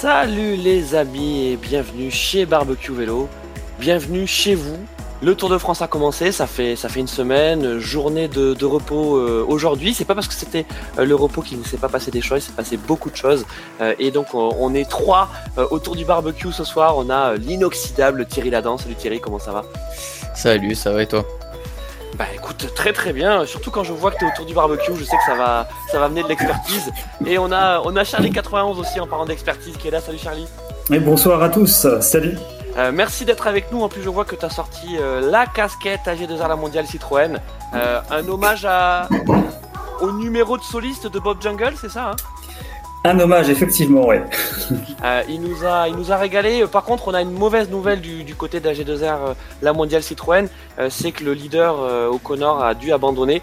Salut les amis et bienvenue chez Barbecue Vélo, bienvenue chez vous. Le Tour de France a commencé, ça fait une semaine, journée de repos aujourd'hui. C'est pas parce que c'était le repos qu'il ne s'est pas passé des choses, il s'est passé beaucoup de choses. Et donc on est trois autour du barbecue ce soir. On a l'inoxydable Thierry Ladan. Salut Thierry, comment ça va ? Salut, ça va et toi ? Bah écoute, très très bien, surtout quand je vois que tu es autour du barbecue, je sais que ça va amener de l'expertise. Et on a Charlie 91 aussi en parlant d'expertise qui est là. Salut Charlie. Et bonsoir à tous, salut. Merci d'être avec nous. En plus, je vois que tu as sorti la casquette AG2R La Mondiale Citroën. Un hommage au numéro de soliste de Bob Jungle, c'est ça hein ? Un hommage, effectivement, ouais. Il nous a régalé. Par contre, on a une mauvaise nouvelle du côté d'AG2R La Mondiale Citroën. C'est que le leader O'Connor a dû abandonner.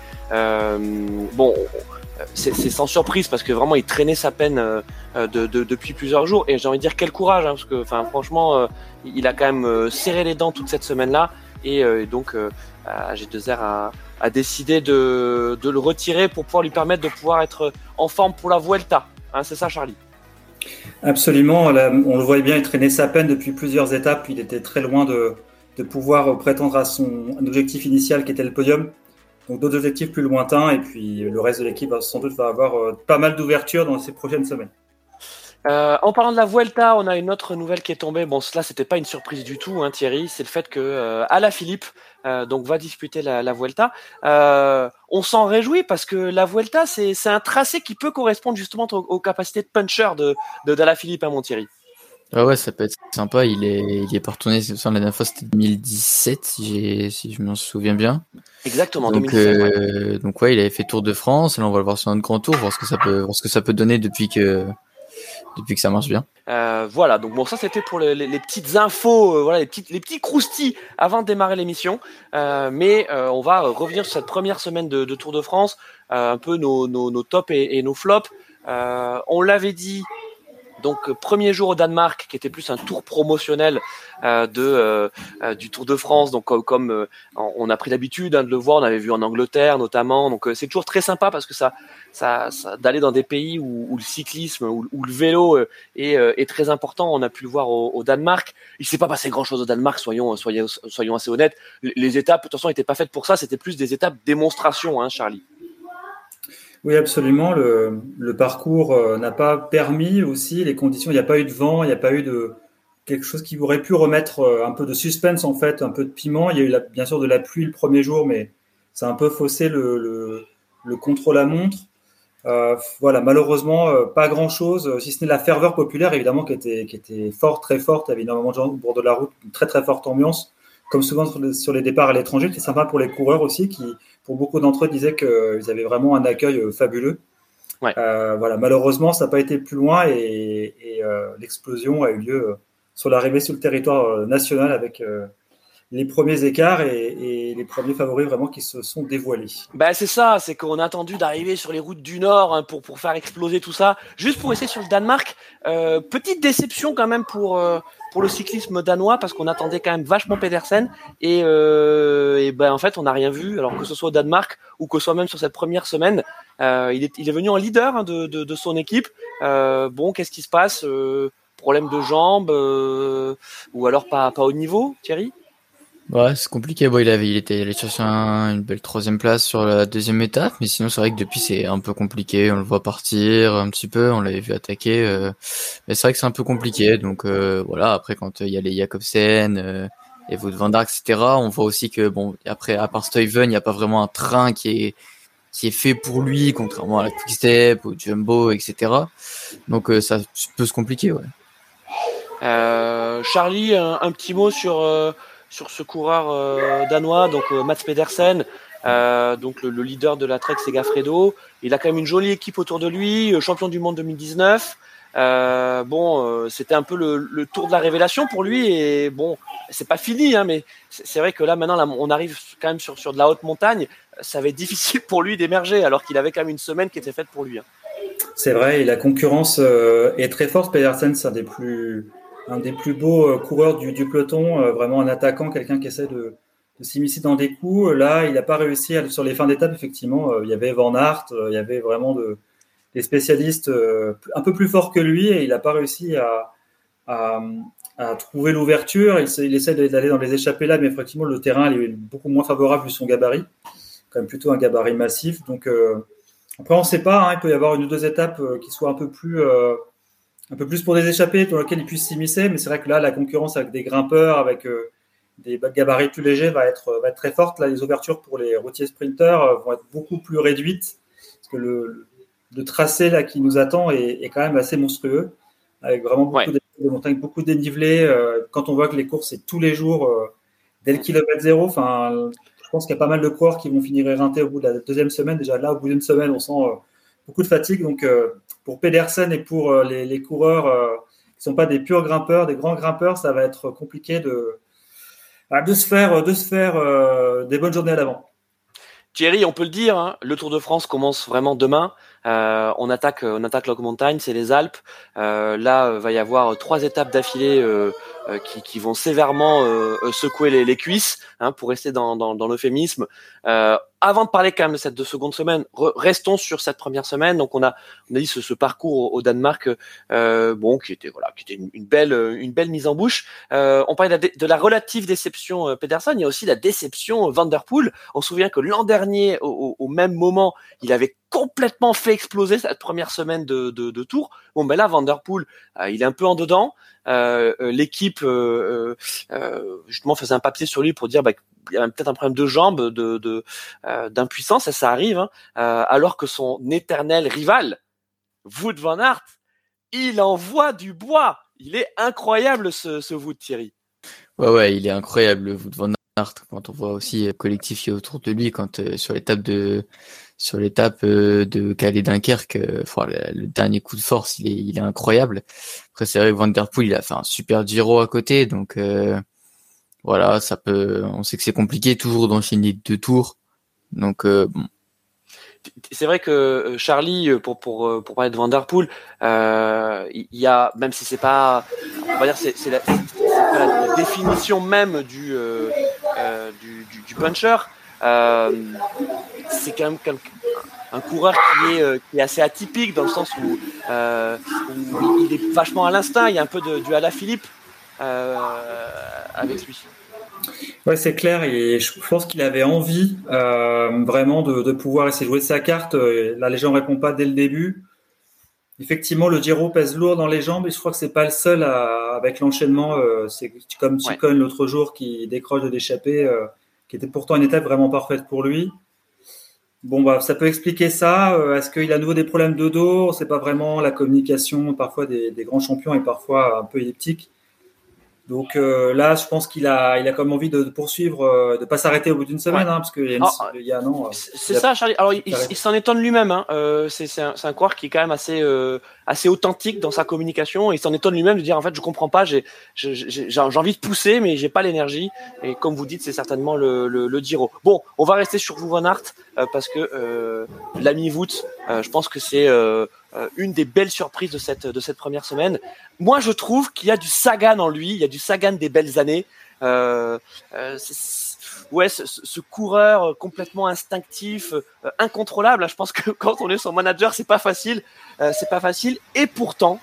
C'est sans surprise parce que vraiment il traînait sa peine depuis plusieurs jours. Et j'ai envie de dire quel courage, hein, parce que franchement, il a quand même serré les dents toute cette semaine-là. Et donc AG2R a décidé de le retirer pour pouvoir lui permettre de pouvoir être en forme pour la Vuelta. Hein, c'est ça, Charlie ? Absolument, là, on le voyait bien, il traînait sa peine depuis plusieurs étapes. Il était très loin de pouvoir prétendre à son objectif initial qui était le podium. Donc d'autres objectifs plus lointains et puis le reste de l'équipe sans doute va avoir pas mal d'ouverture dans ces prochaines semaines. En parlant de la Vuelta, on a une autre nouvelle qui est tombée. Bon, cela c'était pas une surprise du tout, hein, Thierry. C'est le fait que Alaphilippe donc va disputer la Vuelta. On s'en réjouit parce que la Vuelta c'est un tracé qui peut correspondre justement aux capacités de puncher d'Alaphilippe, hein, mon Thierry. Ah ouais, ça peut être sympa. Il est pas retourné. La dernière fois c'était 2017, si je m'en souviens bien. Exactement. Donc, 2017. Ouais. Donc ouais, il avait fait Tour de France. Et là, on va le voir sur un grand tour, voir ce que ça peut donner depuis que ça marche bien. Voilà, donc bon, ça c'était pour les petites infos, voilà, les petits croustilles avant de démarrer l'émission. Mais on va revenir sur cette première semaine de Tour de France, un peu nos tops et nos flops. On l'avait dit. Donc premier jour au Danemark, qui était plus un tour promotionnel du Tour de France. Donc comme on a pris l'habitude de le voir, on avait vu en Angleterre notamment. Donc c'est toujours très sympa parce que ça d'aller dans des pays où le cyclisme, où le vélo est très important. On a pu le voir au Danemark. Il s'est pas passé grand chose au Danemark, soyons assez honnêtes. Les étapes de toute façon n'étaient pas faites pour ça. C'était plus des étapes démonstration, hein, Charlie. Oui, absolument. Le parcours n'a pas permis aussi les conditions. Il n'y a pas eu de vent, il n'y a pas eu de quelque chose qui aurait pu remettre un peu de suspense en fait, un peu de piment. Il y a eu bien sûr de la pluie le premier jour, mais ça a un peu faussé le contre-la-montre. Voilà, malheureusement, pas grand-chose, si ce n'est la ferveur populaire évidemment qui était forte, très forte. Il y avait énormément de gens au bord de la route, une très très forte ambiance. Comme souvent sur les départs à l'étranger, c'est sympa pour les coureurs aussi qui, pour beaucoup d'entre eux, disaient qu'ils avaient vraiment un accueil fabuleux. Ouais. Voilà, malheureusement, ça n'a pas été plus loin et l'explosion a eu lieu sur l'arrivée sur le territoire national avec les premiers écarts et les premiers favoris vraiment qui se sont dévoilés. Ben c'est ça, c'est qu'on a attendu d'arriver sur les routes du Nord, hein, pour faire exploser tout ça, juste pour essayer sur le Danemark. Petite déception quand même pour le cyclisme danois parce qu'on attendait quand même vachement Pedersen et ben en fait on n'a rien vu. Alors que ce soit au Danemark ou que ce soit même sur cette première semaine, il est venu en leader, hein, de son équipe. Bon, qu'est-ce qui se passe ? Problème de jambes ou alors pas au niveau, Thierry ? Ouais, c'est compliqué. Bon, il était allé chercher une belle 3e place sur la 2e étape, mais sinon c'est vrai que depuis c'est un peu compliqué. On le voit partir un petit peu, on l'avait vu attaquer, mais c'est vrai que c'est un peu compliqué. Donc voilà. Après, quand il y a les Jakobsen, et Wout van Aert, etc., on voit aussi que bon, après à part Stuyven, il n'y a pas vraiment un train qui est fait pour lui, contrairement à la Quick-Step, au Jumbo, etc. Donc ça peut se compliquer, ouais. Charlie, un petit mot sur ce coureur danois, donc Mats Pedersen, donc le leader de la Trek Segafredo. Il a quand même une jolie équipe autour de lui, champion du monde 2019. C'était un peu le tour de la révélation pour lui et bon, c'est pas fini, hein, mais c'est vrai que là maintenant on arrive quand même sur de la haute montagne. Ça va être difficile pour lui d'émerger alors qu'il avait quand même une semaine qui était faite pour lui, hein. C'est vrai, et la concurrence est très forte. Pedersen, c'est un des plus beaux coureurs du peloton, vraiment un attaquant, quelqu'un qui essaie de s'immiscer dans des coups. Là, il n'a pas réussi sur les fins d'étape, effectivement. Il y avait Van Aert, il y avait vraiment des spécialistes un peu plus forts que lui et il n'a pas réussi à à, à trouver l'ouverture. Il essaie d'aller dans les échappées là, mais effectivement, le terrain est beaucoup moins favorable vu son gabarit. Quand même plutôt un gabarit massif. Donc, après, on ne sait pas. Il peut y avoir une ou deux étapes qui soient un peu plus pour des échappées dans lesquelles il puisse s'immiscer. Mais c'est vrai que là, la concurrence avec des grimpeurs, avec des gabarits plus légers va être très forte. Là, les ouvertures pour les routiers sprinteurs vont être beaucoup plus réduites parce que le tracé là qui nous attend est quand même assez monstrueux, avec vraiment beaucoup de montagnes, beaucoup de dénivelé. Quand on voit que les courses c'est tous les jours dès le kilomètre zéro, je pense qu'il y a pas mal de coureurs qui vont finir éreintés au bout de la deuxième semaine. Déjà là, au bout d'une semaine, on sent beaucoup de fatigue. Donc pour Pedersen et pour les coureurs qui ne sont pas des purs grimpeurs, des grands grimpeurs, ça va être compliqué de se faire des bonnes journées à l'avant. Thierry, on peut le dire, hein, le Tour de France commence vraiment demain. On attaque Log Montagne, c'est les Alpes. Là, va y avoir 3 étapes d'affilée qui vont sévèrement secouer les cuisses, hein, pour rester dans l'euphémisme. Avant de parler quand même de seconde semaine, restons sur cette première semaine. Donc on a dit ce parcours au Danemark, qui était une belle mise en bouche. On parlait de la relative déception Pedersen, il y a aussi la déception Van der Poel. On se souvient que l'an dernier, au même moment, il avait complètement fait exploser cette première semaine de Tour. Bon, ben là, Van der Poel, il est un peu en dedans. L'équipe justement faisait un papier sur lui pour dire il y a peut-être un problème de jambes, d'impuissance, ça arrive, hein, alors que son éternel rival, Wout van Aert, il envoie du bois. Il est incroyable ce Wout, Thierry. Ouais, il est incroyable, le Wout van Aert, quand on voit aussi le collectif qui est autour de lui, quand sur l'étape de Calais-Dunkerque, le dernier coup de force, il est incroyable. Après, c'est vrai que Van der Poel, il a fait un super Giro à côté, donc voilà, on sait que c'est compliqué toujours d'enchaîner 2 tours, donc bon. C'est vrai que Charlie, pour parler de Van der Poel, il y a, même si c'est pas, on va dire c'est pas la définition même du puncher, c'est quand même un coureur qui est assez atypique dans le sens où il est vachement à l'instinct. Il y a un peu du Alaphilippe avec lui. Ouais, c'est clair. Et je pense qu'il avait envie vraiment de pouvoir essayer de jouer sa carte. Là, les gens ne répondent pas dès le début. Effectivement, le Giro pèse lourd dans les jambes et je crois que c'est pas le seul avec l'enchaînement. C'est comme Chicone l'autre jour qui décroche de l'échappée, qui était pourtant une étape vraiment parfaite pour lui. Bon, ça peut expliquer ça. Est-ce qu'il a à nouveau des problèmes de dos? C'est pas vraiment la communication parfois des grands champions est parfois un peu elliptique. Donc là, je pense qu'il a comme envie de poursuivre, de pas s'arrêter au bout d'une semaine, hein, parce qu'il y a un an. C'est ça, Charlie. Alors il s'en étonne lui-même. Hein. C'est un coureur qui est quand même assez authentique dans sa communication. Il s'en étonne lui-même de dire en fait je comprends pas, j'ai envie de pousser, mais j'ai pas l'énergie. Et comme vous dites, c'est certainement le Giro. Bon, on va rester sur Wout van Aert parce que l'ami Wout, je pense que c'est une des belles surprises de cette première semaine. Moi, je trouve qu'il y a du Sagan en lui, il y a du Sagan des belles années. Ce coureur complètement instinctif, incontrôlable. Je pense que quand on est son manager, c'est pas facile. Et pourtant,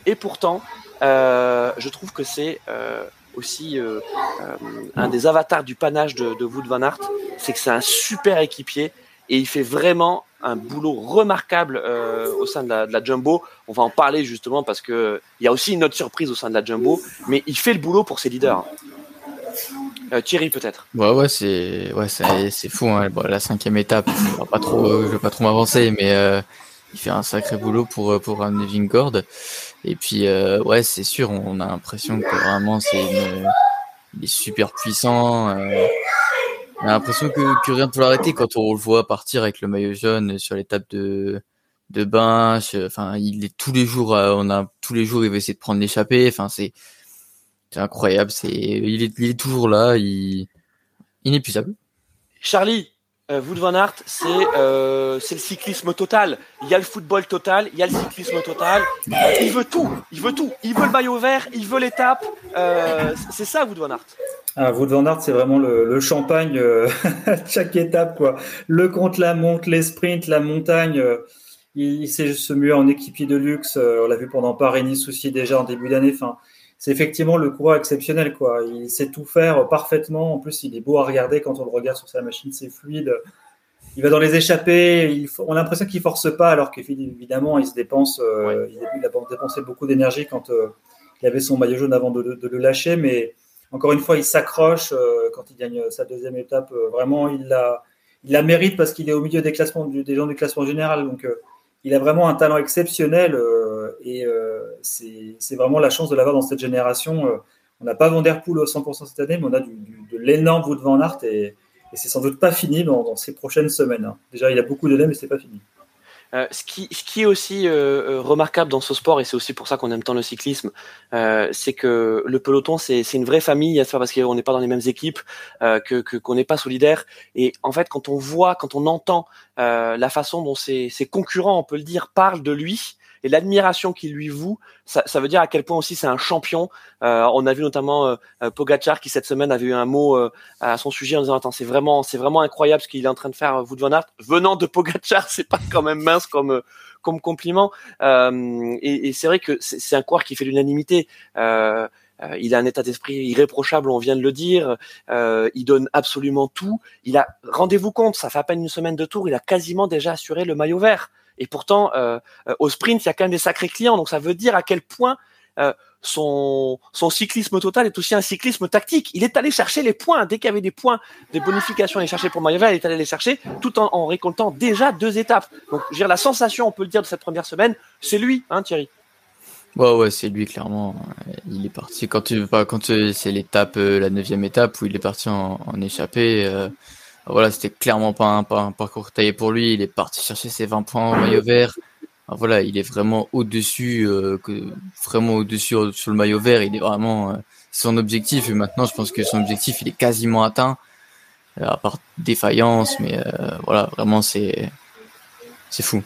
je trouve que c'est aussi un des avatars du panache de Wout van Aert, c'est que c'est un super équipier et il fait vraiment un boulot remarquable au sein de la Jumbo. On va en parler justement parce que il y a aussi une autre surprise au sein de la Jumbo, mais il fait le boulot pour ses leaders. Thierry peut-être. C'est fou. Hein. Bon, la 5e étape, je vais pas trop m'avancer, mais il fait un sacré boulot pour un Vingegaard. Et puis c'est sûr, on a l'impression que vraiment il est super puissant. On a l'impression que rien ne peut l'arrêter quand on le voit partir avec le maillot jaune sur l'étape de Binche. Enfin, il est tous les jours, il va essayer de prendre l'échappée. Enfin, c'est incroyable. Il est toujours là. Inépuisable. Charlie, Wout van Aert, c'est le cyclisme total. Il y a le football total, il y a le cyclisme total. Il veut tout. Il veut le maillot vert, il veut l'étape. C'est ça, Wout van Aert. Wout van Aert, c'est vraiment le champagne chaque étape, quoi. Le contre-la-montre, les sprints, la montagne. Il sait se muer en équipier de luxe. On l'a vu pendant Paris-Nice aussi déjà en début d'année. Enfin, c'est effectivement le coureur exceptionnel, quoi. Il sait tout faire parfaitement. En plus, il est beau à regarder quand on le regarde sur sa machine, c'est fluide. Il va dans les échappées. On a l'impression qu'il force pas, alors qu'évidemment, il se dépense. Il a dépensé beaucoup d'énergie quand il avait son maillot jaune avant de le lâcher. Mais encore une fois, il s'accroche quand il gagne sa deuxième étape. Vraiment, il la mérite parce qu'il est au milieu des gens du classement général. Donc, il a vraiment un talent exceptionnel et c'est vraiment la chance de l'avoir dans cette génération. On n'a pas Van Der Poel au 100% cette année, mais on a de l'énorme Wout van Aert et c'est sans doute pas fini dans ces prochaines semaines. Hein. Déjà, il y a beaucoup de lait, mais c'est pas fini. Ce qui est aussi remarquable dans ce sport, et c'est aussi pour ça qu'on aime tant le cyclisme, c'est que le peloton, c'est une vraie famille. C'est pas parce qu'on n'est pas dans les mêmes équipes qu'on n'est pas solidaire. Et en fait, quand on entend la façon dont ses concurrents, on peut le dire, parlent de lui et l'admiration qu'il lui voue, ça veut dire à quel point aussi c'est un champion. On a vu notamment Pogačar qui cette semaine avait eu un mot à son sujet en disant attends, c'est vraiment incroyable ce qu'il est en train de faire, Wout van Aert. Venant de Pogačar, c'est pas quand même mince comme compliment. Et c'est vrai que c'est un coureur qui fait l'unanimité. Il a un état d'esprit irréprochable, on vient de le dire. Il donne absolument tout. Rendez-vous compte, ça fait à peine une semaine de Tour, il a quasiment déjà assuré le maillot vert. Et pourtant, au sprint, il y a quand même des sacrés clients. Donc ça veut dire à quel point son cyclisme total est aussi un cyclisme tactique. Il est allé chercher les points. Dès qu'il y avait des points, des bonifications à aller chercher pour le maillot vert, il est allé les chercher tout en récoltant déjà 2 étapes. Donc je veux dire, la sensation, on peut le dire, de cette première semaine, c'est lui, hein, Thierry. Ouais, c'est lui, clairement. Il est parti quand c'est l'étape, la 9e étape où il est parti en échappée. Voilà, c'était clairement pas un parcours taillé pour lui. Il est parti chercher ses 20 points au maillot vert. Voilà, il est vraiment au-dessus, sur le maillot vert. Il est vraiment son objectif. Et maintenant, je pense que son objectif, il est quasiment atteint, à part défaillance. Mais voilà, vraiment, c'est fou.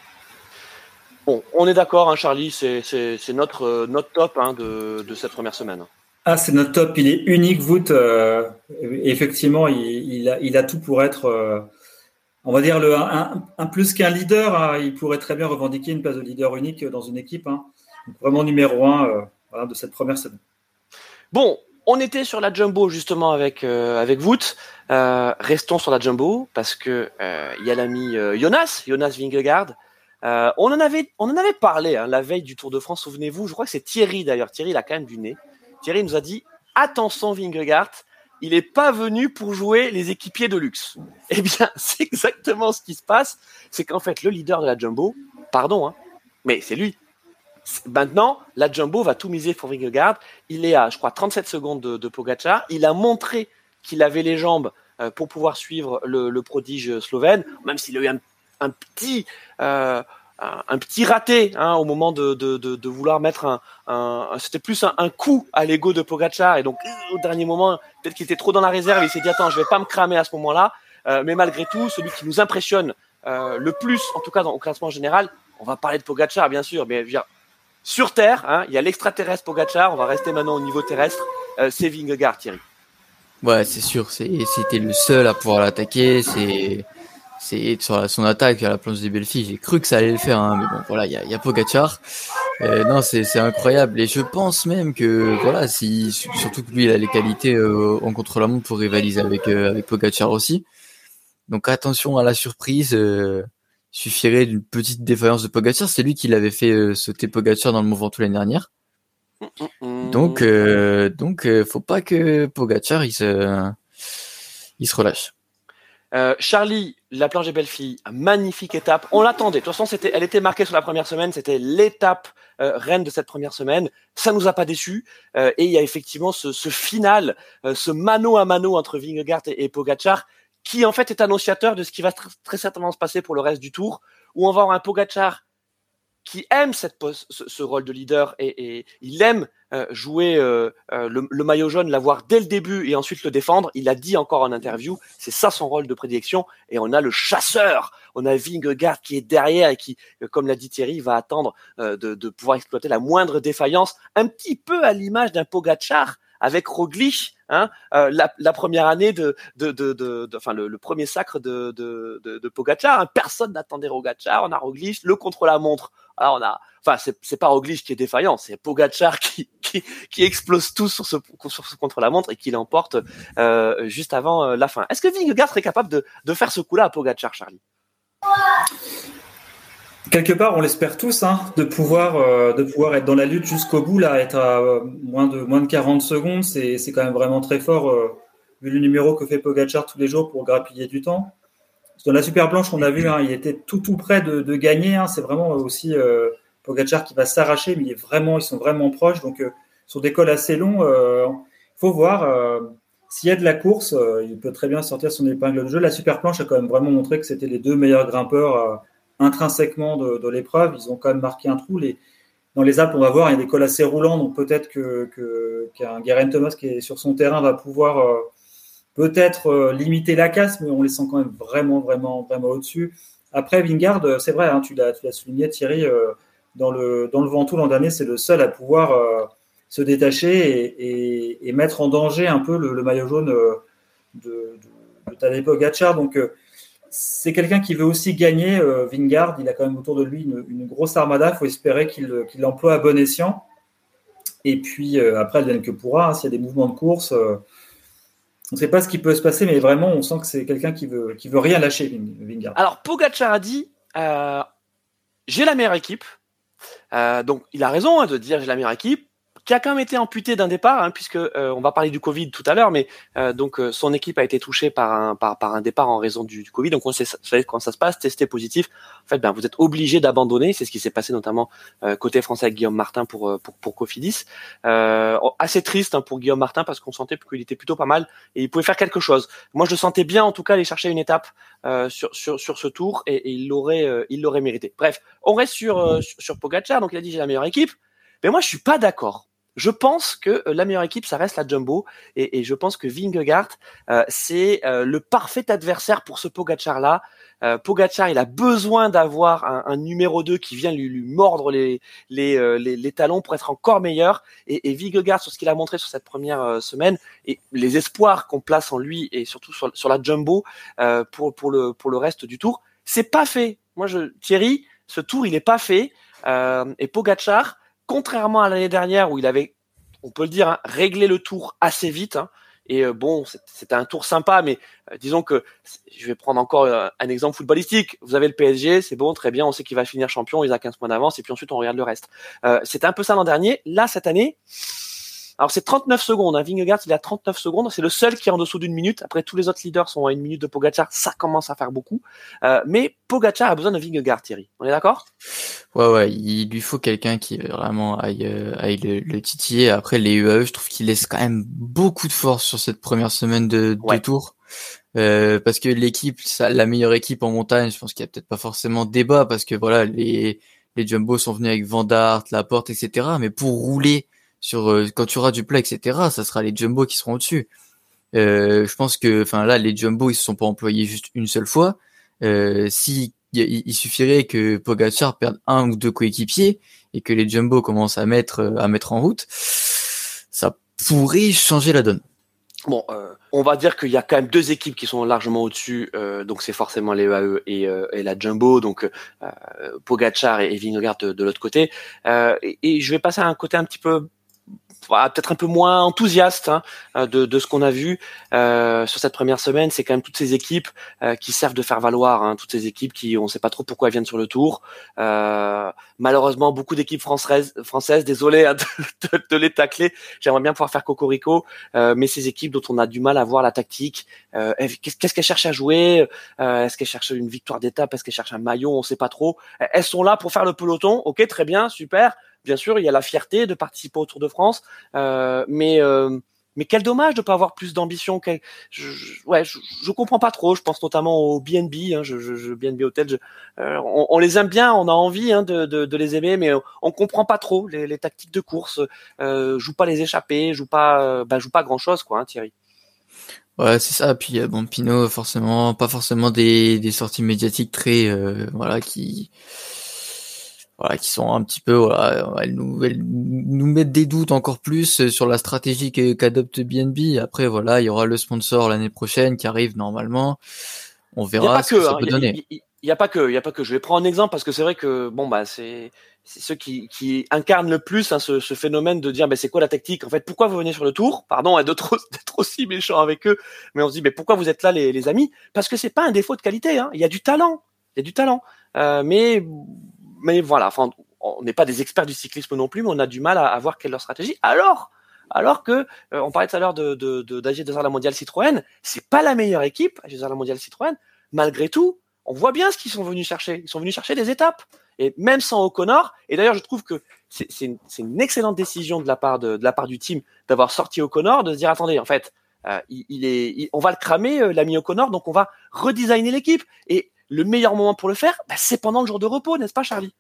Bon, on est d'accord, hein, Charlie, c'est notre top hein, de cette première semaine. Ah, c'est notre top, il est unique, Wout. Effectivement, il a tout pour être, on va dire, un plus qu'un leader. Hein. Il pourrait très bien revendiquer une place de leader unique dans une équipe. Hein. Donc, vraiment numéro 1 voilà, de cette première semaine. Bon, on était sur la Jumbo justement avec Wout. Restons sur la Jumbo parce que il y a l'ami Jonas Vingegaard. On en avait parlé hein, la veille du Tour de France, souvenez-vous. Je crois que c'est Thierry d'ailleurs. Thierry, il a quand même du nez. Thierry nous a dit attention Vingegaard, il n'est pas venu pour jouer les équipiers de luxe. Eh bien, c'est exactement ce qui se passe. C'est qu'en fait, le leader de la Jumbo, pardon, hein, mais c'est lui. Maintenant, la Jumbo va tout miser pour Vingegaard. Il est à, je crois, 37 secondes de Pogačar. Il a montré qu'il avait les jambes pour pouvoir suivre le prodige slovène, même s'il a eu un petit raté hein, au moment de vouloir mettre c'était plus un coup à l'ego de Pogačar et donc au dernier moment peut-être qu'il était trop dans la réserve, il s'est dit attends je vais pas me cramer à ce moment-là, mais malgré tout celui qui nous impressionne le plus en tout cas au classement général, on va parler de Pogačar bien sûr, mais je veux dire, sur terre hein, il y a l'extraterrestre Pogačar, on va rester maintenant au niveau terrestre, c'est Vingegaard, Thierry. Ouais, c'est sûr, c'était le seul à pouvoir l'attaquer, c'est sur son attaque à la planche des belles filles, j'ai cru que ça allait le faire, hein, mais bon, voilà, il y a Pogačar. Non, c'est incroyable. Et je pense même que, voilà, surtout que lui, il a les qualités en contre-la-montre pour rivaliser avec Pogačar aussi. Donc attention à la surprise. Suffirait d'une petite défaillance de Pogačar. C'est lui qui l'avait fait sauter Pogačar dans le Mont Ventoux l'année dernière. Donc, faut pas que Pogačar il se relâche. Charlie, la planche des belles filles, magnifique étape. On l'attendait. De toute façon, elle était marquée sur la première semaine. C'était l'étape reine de cette première semaine. Ça nous a pas déçus. Et il y a effectivement ce final, ce mano à mano entre Vingegaard et Pogačar, qui en fait est annonciateur de ce qui va très certainement se passer pour le reste du tour, où on va avoir un Pogačar qui aime ce rôle de leader et il aime jouer le maillot jaune, l'avoir dès le début et ensuite le défendre. Il l'a dit encore en interview, c'est ça son rôle de prédilection. Et on a le chasseur, on a Vingegaard qui est derrière et qui, comme l'a dit Thierry, va attendre de pouvoir exploiter la moindre défaillance, un petit peu à l'image d'un Pogačar avec Roglic, hein, la première année enfin le premier sacre de Pogačar, hein, personne n'attendait Pogačar, on a Roglic, le contre-la-montre voilà, c'est pas Roglic qui est défaillant, c'est Pogačar qui explose tout sur ce contre-la-montre et qui l'emporte juste avant la fin. Est-ce que Vingegaard serait capable de faire ce coup-là à Pogačar, Charlie? Quelque part, on l'espère tous, de pouvoir être dans la lutte jusqu'au bout, là, être à moins de 40 secondes, c'est quand même vraiment très fort, vu le numéro que fait Pogačar tous les jours pour grappiller du temps. Dans la Super Planche, on a vu, il était tout près de gagner. C'est vraiment aussi Pogačar qui va s'arracher, mais ils sont vraiment proches. Donc, sur des cols assez longs, faut voir s'il y a de la course. Il peut très bien sortir son épingle de jeu. La Super Planche a quand même vraiment montré que c'était les deux meilleurs grimpeurs intrinsèquement de l'épreuve. Ils ont quand même marqué un trou. Dans les Alpes, on va voir, il y a des cols assez roulants. Donc, peut-être qu'un Geraint Thomas qui est sur son terrain va pouvoir peut-être limiter la casse, mais on les sent quand même vraiment, vraiment, vraiment au-dessus. Après, Vingegaard, c'est vrai, tu l'as souligné, Thierry, dans le Ventoux l'an dernier, c'est le seul à pouvoir se détacher et mettre en danger un peu le maillot jaune de Tadej Pogačar. Donc, c'est quelqu'un qui veut aussi gagner. Vingegaard, il a quand même autour de lui une grosse armada. Il faut espérer qu'il l'emploie à bon escient. Et puis, après, elle vienne que pourra. S'il y a des mouvements de course... on ne sait pas ce qui peut se passer, mais vraiment, on sent que c'est quelqu'un qui veut rien lâcher, Vingegaard. Alors, Pogačar a dit j'ai la meilleure équipe. Donc, il a raison de dire j'ai la meilleure équipe, qui a quand même été amputé d'un départ, puisque on va parler du Covid tout à l'heure, mais donc son équipe a été touchée par un départ en raison du Covid. Donc, vous savez comment ça se passe, testé positif. En fait, vous êtes obligé d'abandonner. C'est ce qui s'est passé notamment côté français avec Guillaume Martin pour Cofidis. Assez triste pour Guillaume Martin parce qu'on sentait qu'il était plutôt pas mal et il pouvait faire quelque chose. Moi, je le sentais bien, en tout cas, aller chercher une étape sur ce tour et il l'aurait mérité. Bref, on reste sur Pogačar. Donc, il a dit j'ai la meilleure équipe. Mais moi, je suis pas d'accord. Je pense que la meilleure équipe, ça reste la Jumbo, et je pense que Vingegaard, c'est le parfait adversaire pour ce Pogačar-là. Pogačar, il a besoin d'avoir un numéro 2 qui vient lui mordre les talons pour être encore meilleur. Et Vingegaard, sur ce qu'il a montré sur cette première semaine, et les espoirs qu'on place en lui, et surtout sur la Jumbo pour le reste du tour, c'est pas fait. Thierry, ce tour, il est pas fait. Et Pogačar, contrairement à l'année dernière où il avait, on peut le dire, réglé le tour assez vite. Et c'était un tour sympa, mais disons que je vais prendre encore un exemple footballistique. Vous avez le PSG, c'est bon, très bien, on sait qu'il va finir champion, il a 15 points d'avance, et puis ensuite on regarde le reste. C'était un peu ça l'an dernier. Là, cette année, alors c'est 39 secondes. Vingegaard, il a 39 secondes. C'est le seul qui est en dessous d'une minute. Après, tous les autres leaders sont à une minute de Pogačar. Ça commence à faire beaucoup. Mais Pogačar a besoin de Vingegaard, Thierry. On est d'accord ? Ouais, il lui faut quelqu'un qui vraiment aille le titiller. Après, les UAE, je trouve qu'il laisse quand même beaucoup de force sur cette première semaine de tour. Parce que l'équipe, la meilleure équipe en montagne, je pense qu'il y a peut-être pas forcément débat parce que voilà, les Jumbo sont venus avec Van Aert, Laporte, etc. Mais pour rouler quand tu auras du plat, etc., ça sera les Jumbo qui seront au-dessus. Je pense que, là, les Jumbo, ils se sont pas employés juste une seule fois. Il suffirait que Pogačar perde un ou deux coéquipiers et que les Jumbo commencent à mettre en route, ça pourrait changer la donne. Bon, on va dire qu'il y a quand même deux équipes qui sont largement au-dessus, donc c'est forcément les UAE et la Jumbo, donc Pogačar et Vingegaard de l'autre côté. Et je vais passer à un côté un petit peu, peut-être un peu moins enthousiaste de ce qu'on a vu sur cette première semaine. C'est quand même toutes ces équipes qui servent de faire valoir, toutes ces équipes qui, on ne sait pas trop pourquoi elles viennent sur le tour. Malheureusement, beaucoup d'équipes françaises, désolé de les tacler. J'aimerais bien pouvoir faire cocorico, mais ces équipes dont on a du mal à voir la tactique, qu'est-ce qu'elles cherchent à jouer, est-ce qu'elles cherchent une victoire d'étape, est-ce qu'elles cherchent un maillot, on ne sait pas trop. Elles sont là pour faire le peloton, ok, très bien, super. Bien sûr, il y a la fierté de participer au Tour de France, mais quel dommage de pas avoir plus d'ambition. Je comprends pas trop. Je pense notamment au BNB, BNB Hotel. On les aime bien, on a envie de les aimer, mais on comprend pas trop les tactiques de course. Joue pas les échappées, joue pas grand chose, quoi, Thierry. Ouais, c'est ça. Puis Pinot, pas forcément des sorties médiatiques très qui sont un petit peu, elles nous mettent des doutes encore plus sur la stratégie qu'adopte BNB. Après, il y aura le sponsor l'année prochaine qui arrive normalement. On verra ce que ça peut donner. il y a pas que. Je vais prendre un exemple parce que c'est vrai que bon bah c'est ceux qui incarnent le plus ce phénomène de dire c'est quoi la tactique en fait, pourquoi vous venez sur le tour, pardon d'être aussi méchant avec eux, mais on se dit pourquoi vous êtes là les amis, parce que c'est pas un défaut de qualité, il y a du talent, mais voilà, enfin on n'est pas des experts du cyclisme non plus, mais on a du mal à voir quelle est leur stratégie, alors que on parlait tout à l'heure d'AG2R la Mondiale Citroën, c'est pas la meilleure équipe AG2R la Mondiale Citroën, malgré tout on voit bien ce qu'ils sont venus chercher. Ils sont venus chercher des étapes. Et même sans O'Connor, et d'ailleurs je trouve que c'est une excellente décision de la part du team d'avoir sorti O'Connor, de se dire attendez, en fait, on va le cramer, l'ami O'Connor, donc on va redesigner l'équipe. Et le meilleur moment pour le faire, c'est pendant le jour de repos, n'est-ce pas Charlie?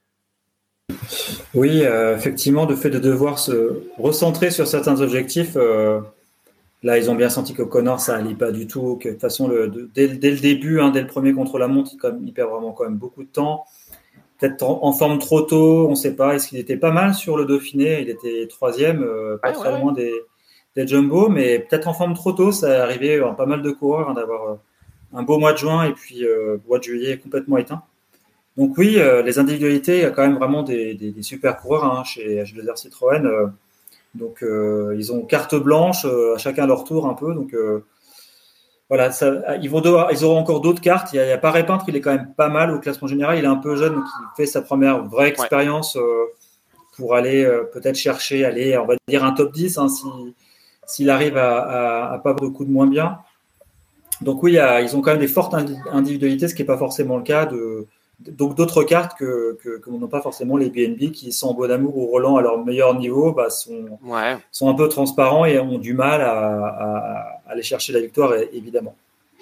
Oui, effectivement, le fait de devoir se recentrer sur certains objectifs, là, ils ont bien senti qu'O'Connor, ça allait pas du tout. Que de toute façon, dès le début, dès le premier contre-la-montre, il perd vraiment quand même beaucoup de temps. Peut-être en forme trop tôt, on ne sait pas. Est-ce qu'il était pas mal sur le Dauphiné? Il était troisième, pas très loin des Jumbo, mais peut-être en forme trop tôt. Ça est arrivé à pas mal de coureurs d'avoir un beau mois de juin et puis mois de juillet complètement éteint. Donc oui, les individualités, il y a quand même vraiment des super coureurs chez H2R Citroën. Donc ils ont carte blanche à chacun leur tour un peu. Donc voilà, ils auront encore d'autres cartes. Il y a Paré Peintre, il est quand même pas mal au classement général. Il est un peu jeune, donc il fait sa première vraie expérience pour aller peut-être chercher, on va dire un top 10 s'il arrive à pas avoir de coups de moins bien. Donc oui, ils ont quand même des fortes individualités, ce qui n'est pas forcément le cas donc d'autres cartes que n'ont pas forcément les BNB qui sont Bonamour ou Roland à leur meilleur niveau, sont un peu transparents et ont du mal à aller chercher la victoire, évidemment.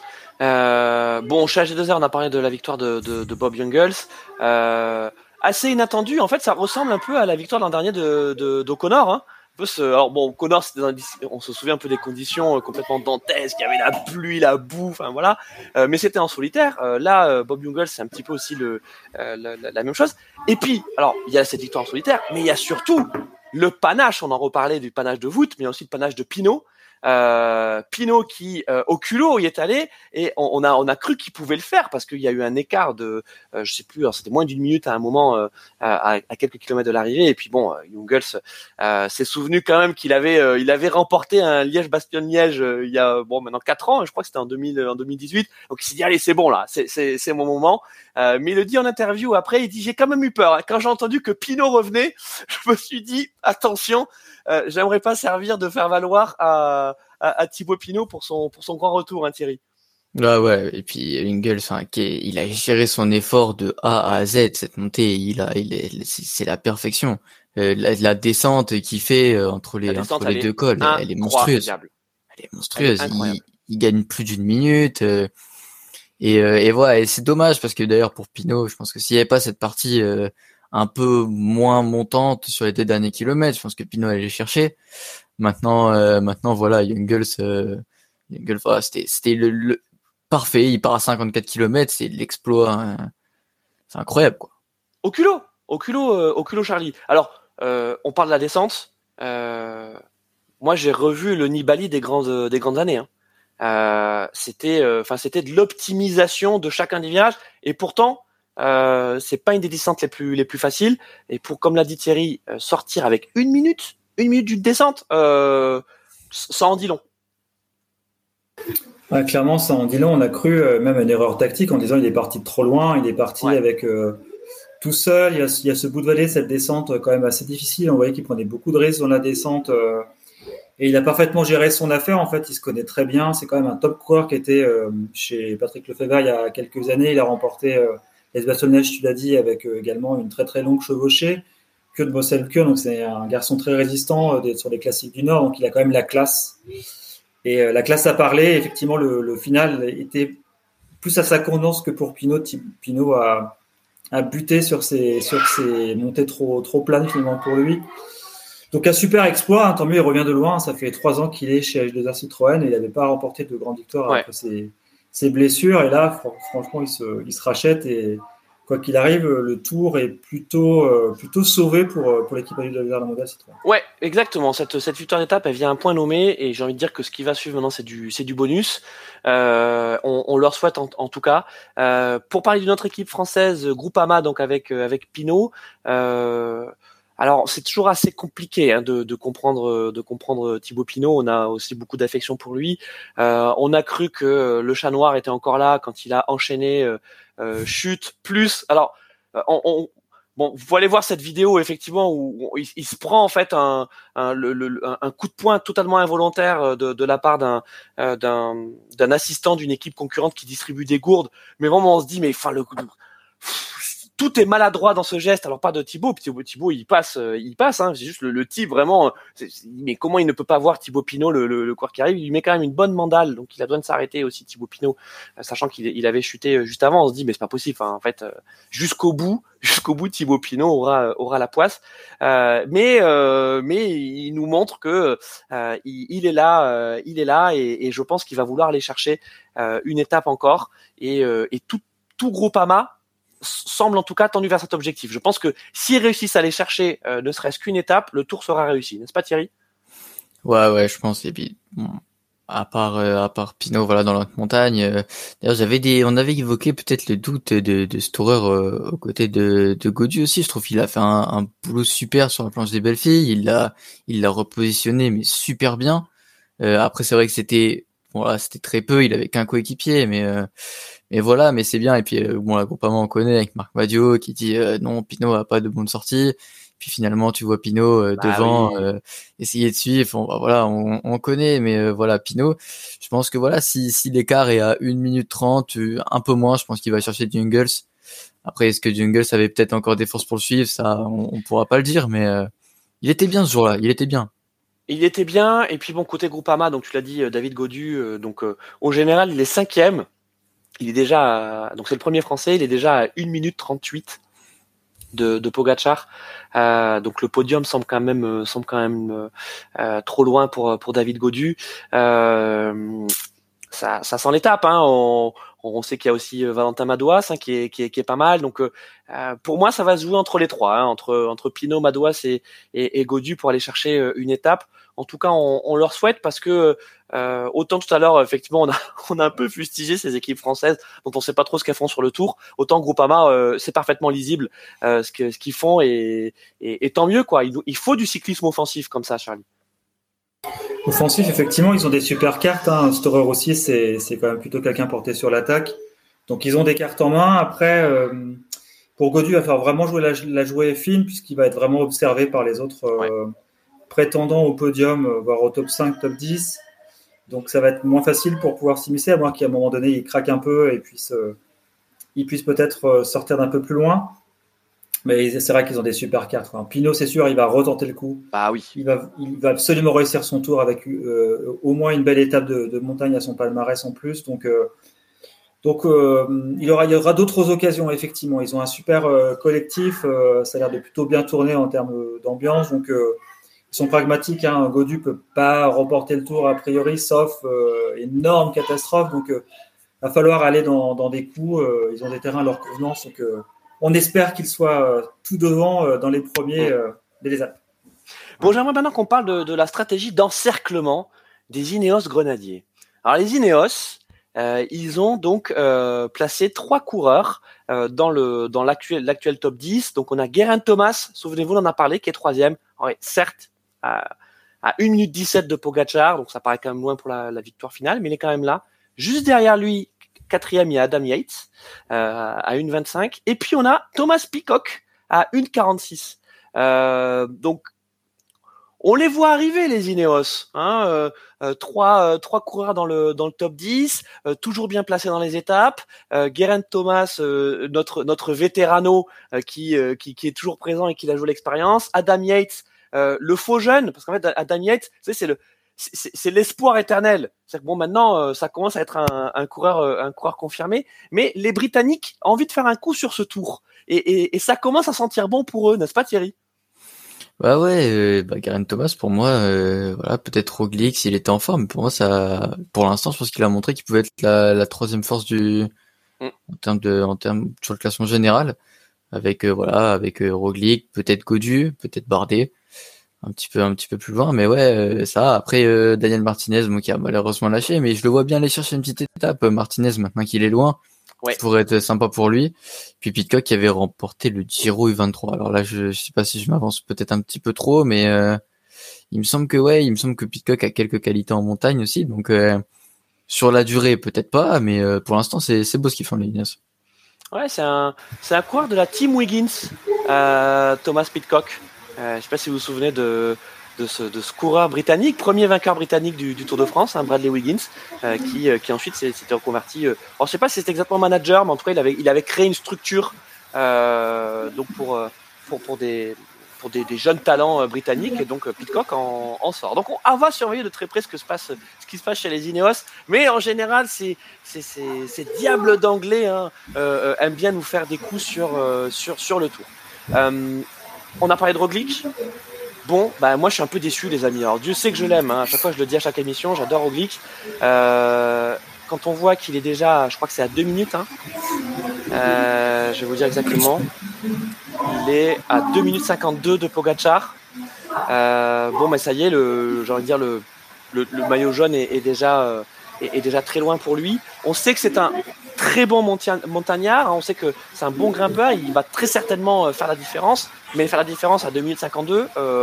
Bon, chez AG2R, on a parlé de la victoire de Bob Jungels. Assez inattendu. En fait, ça ressemble un peu à la victoire l'an dernier d'O'Connor. Alors bon, O'Connor, on se souvient un peu des conditions complètement dantesques. Il y avait la pluie, la boue, enfin voilà. Mais c'était en solitaire. Là, Bob Jungels, c'est un petit peu aussi la même chose. Et puis, alors, il y a cette victoire en solitaire, mais il y a surtout le panache. On en reparlait du panache de Wout, mais aussi le panache de Pinot. Pinot qui au culot y est allé et on a cru qu'il pouvait le faire parce qu'il y a eu un écart de je sais plus, c'était moins d'une minute à un moment à quelques kilomètres de l'arrivée, et puis bon, Jungels s'est souvenu quand même qu'il avait remporté un Liège-Bastogne-Liège il y a maintenant 4 ans, je crois que c'était en 2018, donc il s'est dit allez, c'est bon là, c'est mon moment. Mais il le dit en interview après, il dit j'ai quand même eu peur quand j'ai entendu que Pinot revenait, je me suis dit attention, j'aimerais pas servir de faire valoir à Thibaut Pinot pour son grand retour, Thierry. Ouais, et puis Jungels, il a géré son effort de A à Z, cette montée, c'est la perfection. La descente qu'il fait entre les deux cols, elle est monstrueuse. Elle est monstrueuse. Il gagne plus d'une minute. Et voilà, et c'est dommage parce que d'ailleurs pour Pinot, je pense que s'il n'y avait pas cette partie un peu moins montante sur les 2 derniers kilomètres, je pense que Pinot allait chercher. Maintenant voilà, Jungels, voilà, c'était le parfait. Il part à 54 km, c'est l'exploit. Hein. C'est incroyable, quoi. Au culot, Charlie. Alors, on parle de la descente. Moi, j'ai revu le Nibali des grandes années. C'était de l'optimisation de chacun des virages, et pourtant c'est pas une des descentes les plus faciles, et comme l'a dit Thierry, sortir avec une minute d'une descente, ça en dit long. Ouais, clairement, ça en dit long. On a cru même à une erreur tactique en disant il est parti de trop loin, il est parti avec tout seul. Il y a ce bout de vallée, cette descente quand même assez difficile. On voyait qu'il prenait beaucoup de risques dans la descente. Et il a parfaitement géré son affaire. En fait, il se connaît très bien. C'est quand même un top coureur qui était chez Patrick Lefebvre il y a quelques années. Il a remporté les Bastogne-Liège, tu l'as dit, avec également une très très longue chevauchée. Que de Mossel-Cure, donc c'est un garçon très résistant sur les classiques du Nord. Donc il a quand même la classe. Et la classe a parlé. Effectivement, le final était plus à sa convenance que pour Pinot. Pinot a buté sur ses montées trop planes finalement pour lui. Donc un super exploit, tant mieux, il revient de loin. Ça fait 3 ans qu'il est chez H2R Citroën et il n'avait pas remporté de grandes victoires après ses blessures. Et là, franchement, il se rachète, et quoi qu'il arrive, le Tour est plutôt sauvé pour l'équipe individuelle de Mondial Citroën. Ouais, exactement. Cette victoire d'étape, elle vient à un point nommé, et j'ai envie de dire que ce qui va suivre maintenant, c'est du bonus. On leur souhaite en tout cas. Pour parler d'une autre équipe française, Groupama, donc avec Pinot. Alors c'est toujours assez compliqué de comprendre Thibaut Pinot. On a aussi beaucoup d'affection pour lui. On a cru que le chat noir était encore là quand il a enchaîné chute plus. Alors bon, vous pouvez aller voir cette vidéo effectivement où il se prend en fait un coup de poing totalement involontaire de la part d'un assistant d'une équipe concurrente qui distribue des gourdes. Mais vraiment on se dit mais enfin tout est maladroit dans ce geste. Alors pas de Thibaut, Thibaut il passe, hein. C'est juste le type vraiment. Mais comment il ne peut pas voir Thibaut Pinot le coureur qui arrive? Il lui met quand même une bonne mandale, donc il a besoin de s'arrêter aussi Thibaut Pinot, sachant qu'il avait chuté juste avant. On se dit mais c'est pas possible. Enfin, en fait, jusqu'au bout Thibaut Pinot aura la poisse. Mais il nous montre que il est là, et je pense qu'il va vouloir aller chercher une étape encore, et tout Groupama semble en tout cas tendu vers cet objectif. Je pense que s'ils réussissent à aller chercher ne serait-ce qu'une étape, le Tour sera réussi, n'est-ce pas Thierry? Ouais, je pense. Et puis, bon, à part Pinot, voilà, dans la montagne. D'ailleurs, on avait évoqué peut-être le doute de ce toureur aux côtés de Gaudu aussi. Je trouve qu'il a fait un boulot super sur la planche des belles filles. Il l'a repositionné, mais super bien. Après, c'est vrai que c'était très peu. Il avait qu'un coéquipier, mais voilà, mais c'est bien. Et puis bon, la Groupama on connaît avec Marc Madio qui dit non, Pinot a pas de bonne sortie. Puis finalement, tu vois Pinot devant essayer de suivre. Voilà, on connaît, mais voilà, Pinot. Je pense que voilà, si l'écart est à 1 minute 30, un peu moins, je pense qu'il va chercher Jungles. Après, est-ce que Jungles avait peut-être encore des forces pour le suivre? Ça, on pourra pas le dire, mais il était bien ce jour-là. Il était bien. Il était bien. Et puis bon, côté Groupama, donc tu l'as dit, David Gaudu, donc au général, il est 5e. Il est déjà donc c'est le premier français, il est déjà à 1 minute 38 de Pogačar. Donc le podium semble quand même trop loin pour David Gaudu. Ça sent l'étape, hein. On sait qu'il y a aussi Valentin Madouas, hein, qui est pas mal. Donc pour moi, ça va se jouer entre les trois, hein, entre Pinot, Madouas et Gaudu pour aller chercher une étape. En tout cas, on leur souhaite, parce que autant tout à l'heure, effectivement, on a un peu fustigé ces équipes françaises dont on sait pas trop ce qu'elles font sur le Tour. Autant Groupama, c'est parfaitement lisible ce qu'ils font, et tant mieux quoi. Il faut du cyclisme offensif comme ça, Charlie. Offensif, effectivement, ils ont des super cartes. Hein. Storer aussi, c'est quand même plutôt quelqu'un porté sur l'attaque. Donc ils ont des cartes en main. Après, pour Gaudu, il va falloir vraiment jouer la jouer fine, puisqu'il va être vraiment observé par les autres prétendants au podium, voire au top 5, top 10. Donc ça va être moins facile pour pouvoir s'immiscer, à moins qu'à un moment donné, il craque un peu et il puisse peut-être sortir d'un peu plus loin. Mais c'est vrai qu'ils ont des super cartes. Enfin, Pinot, c'est sûr, il va retenter le coup. Bah oui. Il va absolument réussir son tour avec au moins une belle étape de montagne à son palmarès en plus. Donc il y aura d'autres occasions, effectivement. Ils ont un super collectif. Ça a l'air de plutôt bien tourner en termes d'ambiance. Donc ils sont pragmatiques. Hein. Gaudu peut pas remporter le tour a priori, sauf énorme catastrophe. Donc va falloir aller dans des coups. Ils ont des terrains à leur convenance. Donc on espère qu'ils soient tout devant dans les premiers des Alpes. Bon, j'aimerais maintenant qu'on parle de la stratégie d'encerclement des Ineos Grenadiers. Alors les Ineos, ils ont donc placé 3 coureurs dans l'actuel top 10. Donc on a Geraint Thomas, souvenez-vous, on en a parlé, qui est 3e. Ouais, certes, à 1 minute 17 de Pogačar, donc ça paraît quand même loin pour la victoire finale, mais il est quand même là. Juste derrière lui, 4e, il y a Adam Yates à 1,25. Et puis on a Thomas Pidcock à 1,46. Donc on les voit arriver, les Ineos. Hein, trois coureurs dans le top 10, toujours bien placés dans les étapes. Geraint Thomas, notre vétérano, qui est toujours présent et qui a joué l'expérience. Adam Yates, le faux jeune, parce qu'en fait Adam Yates, c'est l'espoir éternel. C'est que bon, maintenant, ça commence à être un coureur confirmé. Mais les Britanniques ont envie de faire un coup sur ce tour. Et ça commence à sentir bon pour eux, n'est-ce pas, Thierry? Bah ouais, Geraint Thomas, pour moi, voilà, peut-être Roglic s'il était en forme. Pour moi, pour l'instant, je pense qu'il a montré qu'il pouvait être la 3e force du en termes sur le classement général, avec Roglic, peut-être Gaudu, peut-être Bardet, un petit peu plus loin, mais ouais, ça. Après Daniel Martinez, bon, qui a malheureusement lâché, mais je le vois bien aller chercher une petite étape. Martinez, maintenant qu'il est loin, Ouais. ça pourrait être sympa pour lui. Puis Pidcock qui avait remporté le Giro U23. Alors là, je sais pas si je m'avance peut-être un petit peu trop, mais il me semble que Pidcock a quelques qualités en montagne aussi, donc sur la durée peut-être pas, mais pour l'instant c'est beau ce qu'ils font les Ineos. Ouais, c'est un coureur de la Team Wiggins, Thomas Pidcock. Je sais pas si vous vous souvenez de ce coureur britannique, premier vainqueur britannique du Tour de France, hein, Bradley Wiggins, qui ensuite s'était reconverti. Alors je sais pas si c'était exactement manager, mais en tout cas il avait créé une structure donc pour des jeunes talents britanniques, et donc Pidcock en sort. Donc on va surveiller de très près ce qui se passe chez les Ineos, mais en général ces diables d'anglais aiment bien nous faire des coups sur le Tour. On a parlé de Roglic. Bon, bah moi je suis un peu déçu les amis. Alors Dieu sait que je l'aime, hein. À chaque fois je le dis à chaque émission, j'adore Roglic. Quand on voit qu'il est déjà, je crois que c'est à 2 minutes, hein. Je vais vous dire exactement. Il est à 2 minutes 52 de Pogacar. Bon, mais ça y est, j'ai envie de dire le maillot jaune est déjà très loin pour lui. On sait que c'est un très bon montagnard, hein. On sait que c'est un bon grimpeur. Il va très certainement faire la différence. Mais faire la différence à 2 minutes 52,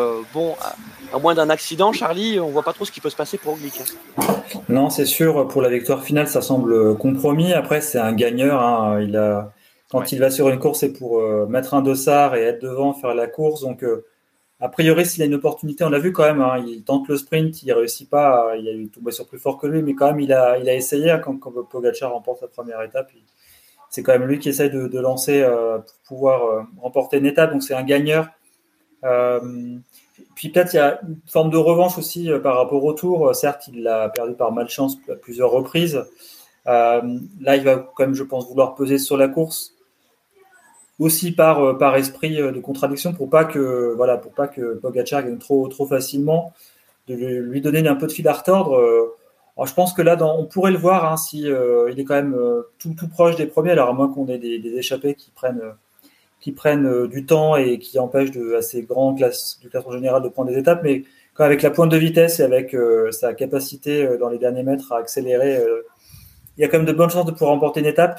à moins d'un accident, Charlie, on voit pas trop ce qui peut se passer pour Roglic. Non, c'est sûr, pour la victoire finale, ça semble compromis. Après, c'est un gagneur, hein. Il va sur une course, c'est pour mettre un dossard et être devant, faire la course. Donc, a priori, s'il a une opportunité, on l'a vu quand même, hein, il tente le sprint, il réussit pas, il a eu tombé sur plus fort que lui, mais quand même, il a essayé, hein, quand Pogacar remporte la première étape. C'est quand même lui qui essaye de lancer pour pouvoir remporter une étape. Donc, c'est un gagneur. Puis peut-être il y a une forme de revanche aussi par rapport au Tour. Certes, il l'a perdu par malchance à plusieurs reprises. Là, il va quand même, je pense, vouloir peser sur la course, aussi par esprit de contradiction, pour pas que Pogacar gagne trop facilement, de lui donner un peu de fil à retordre. Alors je pense que là, on pourrait le voir, hein, si il est quand même tout proche des premiers. Alors à moins qu'on ait des échappés qui prennent du temps et qui empêchent assez grand du classement général de prendre des étapes, mais quand avec la pointe de vitesse et avec sa capacité dans les derniers mètres à accélérer, il y a quand même de bonnes chances de pouvoir remporter une étape.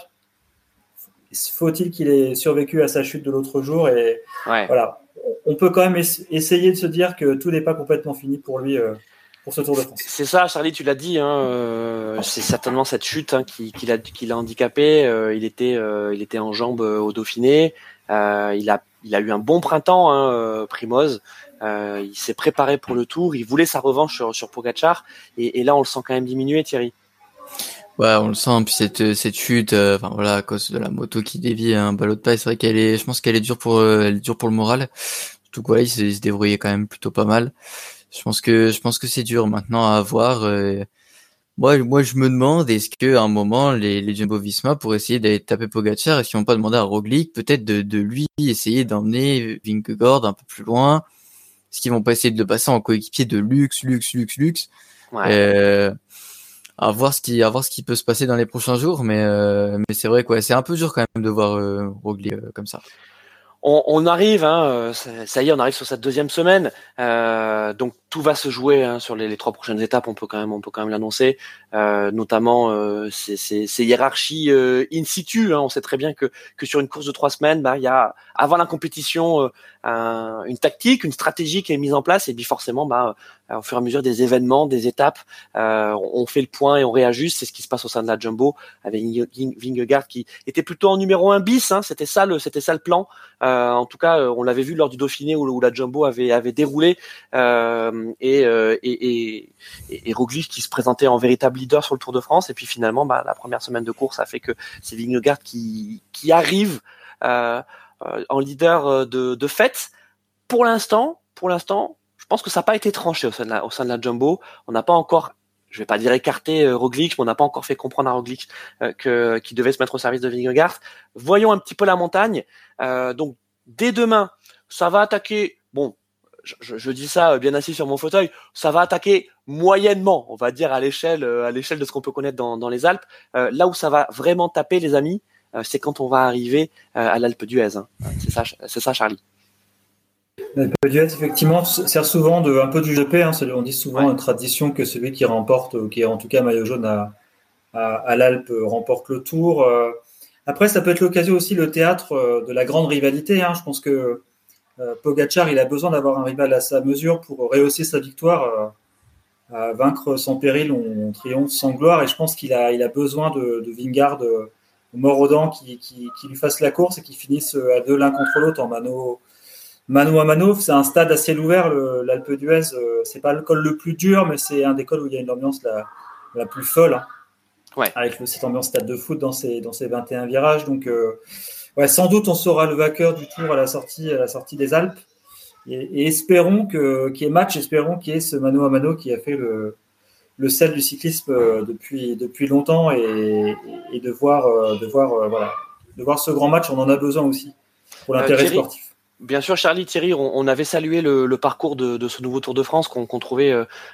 Faut-il qu'il ait survécu à sa chute de l'autre jour, et voilà, on peut quand même essayer de se dire que tout n'est pas complètement fini pour lui pour ce Tour de France. C'est ça, Charlie, tu l'as dit, hein, c'est certainement cette chute, hein, qui l'a handicapé. Il était en jambes au Dauphiné. Il a eu un bon printemps, hein, Primoz. Il s'est préparé pour le Tour. Il voulait sa revanche sur Pogacar, et là on le sent quand même diminuer, Thierry. Ouais, on le sent. Puis cette chute, à cause de la moto qui dévie un ballot de paille, c'est vrai je pense qu'elle est dure pour le moral. Surtout que voilà, il se débrouillait quand même plutôt pas mal. Je pense que c'est dur maintenant à avoir. Moi, je me demande, est-ce que à un moment les Jumbo-Visma, pour essayer d'aller taper Pogacar, est-ce qu'ils vont pas demander à Roglic peut-être de lui essayer d'emmener Vingegaard un peu plus loin? Est-ce qu'ils vont pas essayer de le passer en coéquipier de luxe? Ouais. À voir ce qui peut se passer dans les prochains jours, mais c'est vrai quoi, c'est un peu dur quand même de voir Roglic comme ça. On arrive, hein, ça y est, on arrive sur cette deuxième semaine. Donc tout va se jouer, hein, sur les 3 prochaines étapes. On peut quand même l'annoncer, notamment ces hiérarchies in situ, hein. On sait très bien que sur une course de 3 semaines, il y a avant la compétition une tactique, une stratégie qui est mise en place, et puis forcément, au fur et à mesure des événements, des étapes, on fait le point et on réajuste. C'est ce qui se passe au sein de la Jumbo avec Vingegaard qui était plutôt en numéro 1 bis, hein. C'était ça le plan. En tout cas, on l'avait vu lors du Dauphiné où la Jumbo avait déroulé, et Roglic qui se présentait en véritable leader sur le Tour de France. Et puis finalement, la première semaine de course a fait que c'est Vingegaard qui arrive en leader de fait. Pour l'instant, je pense que ça n'a pas été tranché au sein de la Jumbo. On n'a pas encore, je vais pas dire écarté Roglic, mais on n'a pas encore fait comprendre à Roglic qu'il devait se mettre au service de Vingegaard. Voyons un petit peu la montagne. Donc dès demain, ça va attaquer. Bon, je dis ça bien assis sur mon fauteuil, ça va attaquer moyennement, on va dire à l'échelle de ce qu'on peut connaître dans les Alpes. Là où ça va vraiment taper, les amis, c'est quand on va arriver à l'Alpe d'Huez. Hein. C'est ça, Charlie. L'Alpe d'Huez, effectivement, sert souvent un peu du GP. Hein. On dit souvent une tradition que celui qui remporte, qui est en tout cas maillot jaune à l'Alpe, remporte le Tour. Après, ça peut être l'occasion aussi, le théâtre de la grande rivalité. Hein. Je pense que Pogačar, il a besoin d'avoir un rival à sa mesure pour rehausser sa victoire. À vaincre sans péril, on triomphe sans gloire. Et je pense qu'il a besoin de Vingegaard mort aux dents qui lui fasse la course et qui finisse à deux l'un contre l'autre en mano à mano. C'est un stade assez ouvert, l'Alpe d'Huez. C'est pas le col le plus dur, mais c'est un des cols où il y a une ambiance la plus folle. Hein. Ouais. Avec cette ambiance stade de foot dans ces 21 virages. Donc, sans doute, on saura le vainqueur du Tour à la sortie des Alpes. Et espérons qu'il y ait match, espérons qu'il y ait ce mano à mano qui a fait le sel du cyclisme depuis longtemps et de voir ce grand match, on en a besoin aussi pour l'intérêt sportif. Bien sûr, Charlie, Thierry, on avait salué le parcours de ce nouveau Tour de France qu'on trouvait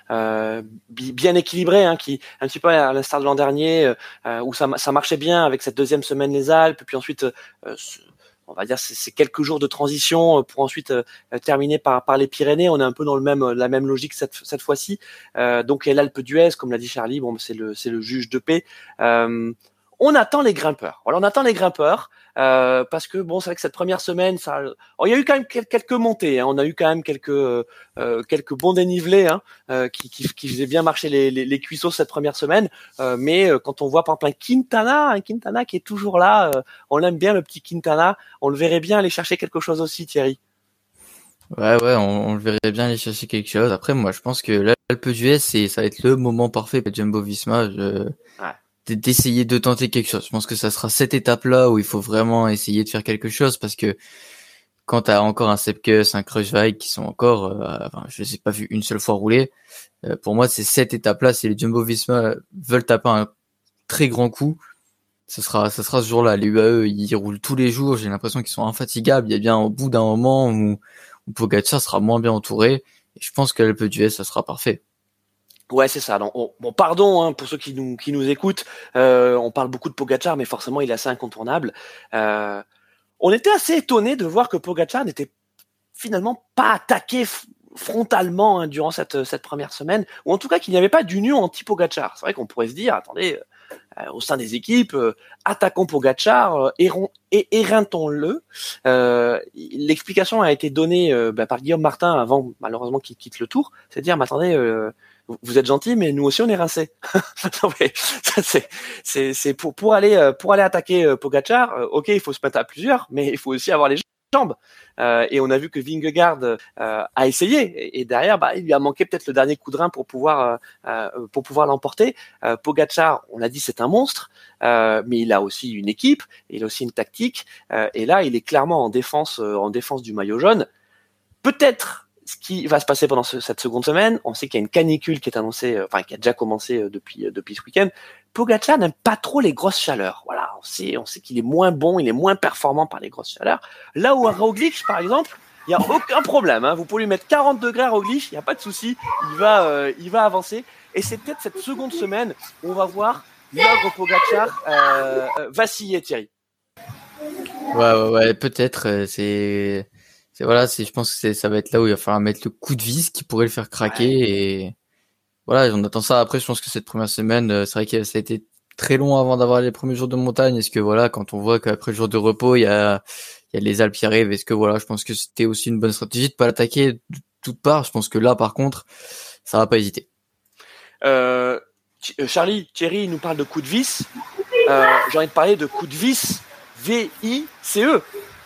bien équilibré, hein, qui un petit peu à l'instar de l'an dernier, où ça marchait bien avec cette deuxième semaine les Alpes, puis ensuite on va dire c'est quelques jours de transition pour ensuite terminer par les Pyrénées. On est un peu dans la même logique cette fois-ci. Donc l'Alpe d'Huez, comme l'a dit Charlie, bon c'est le juge de paix. On attend les grimpeurs. Voilà, on attend les grimpeurs parce que bon, c'est vrai que cette première semaine, il y a eu quand même quelques montées. Hein, on a eu quand même quelques bons dénivelés qui faisaient bien marcher les cuisseaux cette première semaine. Mais quand on voit par exemple un Quintana qui est toujours là, on l'aime bien le petit Quintana. On le verrait bien aller chercher quelque chose aussi, Thierry. Ouais, on le verrait bien aller chercher quelque chose. Après, moi, je pense que l'Alpe d'Huez, ça va être le moment parfait pour Jumbo-Visma. D'essayer de tenter quelque chose. Je pense que ça sera cette étape-là où il faut vraiment essayer de faire quelque chose parce que quand t'as encore un Sepkus, un Kruijswijk qui sont encore, je les ai pas vu une seule fois rouler. Pour moi, c'est cette étape-là. Si les Jumbo-Visma veulent taper un très grand coup, ça sera ce jour-là. Les UAE, ils roulent tous les jours. J'ai l'impression qu'ils sont infatigables. Il y a bien au bout d'un moment où Pogačar sera moins bien entouré. Et je pense que l'Alpe d'Huez, ça sera parfait. Ouais, c'est ça. Donc, bon, pardon pour ceux qui nous écoutent. On parle beaucoup de Pogačar, mais forcément, il est assez incontournable. On était assez étonnés de voir que Pogačar n'était finalement pas attaqué frontalement durant cette première semaine, ou en tout cas qu'il n'y avait pas d'union anti-Pogačar. C'est vrai qu'on pourrait se dire, attendez, au sein des équipes, attaquons Pogačar, éreintons-le. L'explication a été donnée par Guillaume Martin avant, malheureusement, qu'il quitte le Tour. C'est à dire, mais attendez, vous êtes gentil, mais nous aussi on est rincés. C'est pour aller attaquer Pogačar. Ok, il faut se mettre à plusieurs, mais il faut aussi avoir les jambes. Et on a vu que Vingegaard a essayé, et derrière, il lui a manqué peut-être le dernier coup de rein pour pouvoir l'emporter. Pogačar, on l'a dit, c'est un monstre, mais il a aussi une équipe, il a aussi une tactique, et là, il est clairement en défense du maillot jaune. Peut-être ce qui va se passer pendant cette seconde semaine, on sait qu'il y a une canicule qui est annoncée, qui a déjà commencé depuis ce week-end. Pogačar n'aime pas trop les grosses chaleurs. Voilà, on sait qu'il est moins bon, il est moins performant par les grosses chaleurs. Là où à Roglic, par exemple, il y a aucun problème. Hein. Vous pouvez lui mettre 40 degrés à Roglic, il y a pas de souci, il va avancer. Et c'est peut-être cette seconde semaine où on va voir l'ogre Pogačar vaciller, Thierry. Ouais, peut-être. Je pense que ça va être là où il va falloir mettre le coup de vis qui pourrait le faire craquer et voilà, on attend ça. Après, je pense que cette première semaine, c'est vrai que ça a été très long avant d'avoir les premiers jours de montagne. Est-ce que voilà, quand on voit qu'après le jour de repos, il y a les Alpes qui arrivent, est-ce que voilà, je pense que c'était aussi une bonne stratégie de pas l'attaquer de toutes parts. Je pense que là, par contre, ça va pas hésiter. Charlie, Thierry nous parle de coup de vis. J'ai envie de parler de coup de vis, V-I-C-E.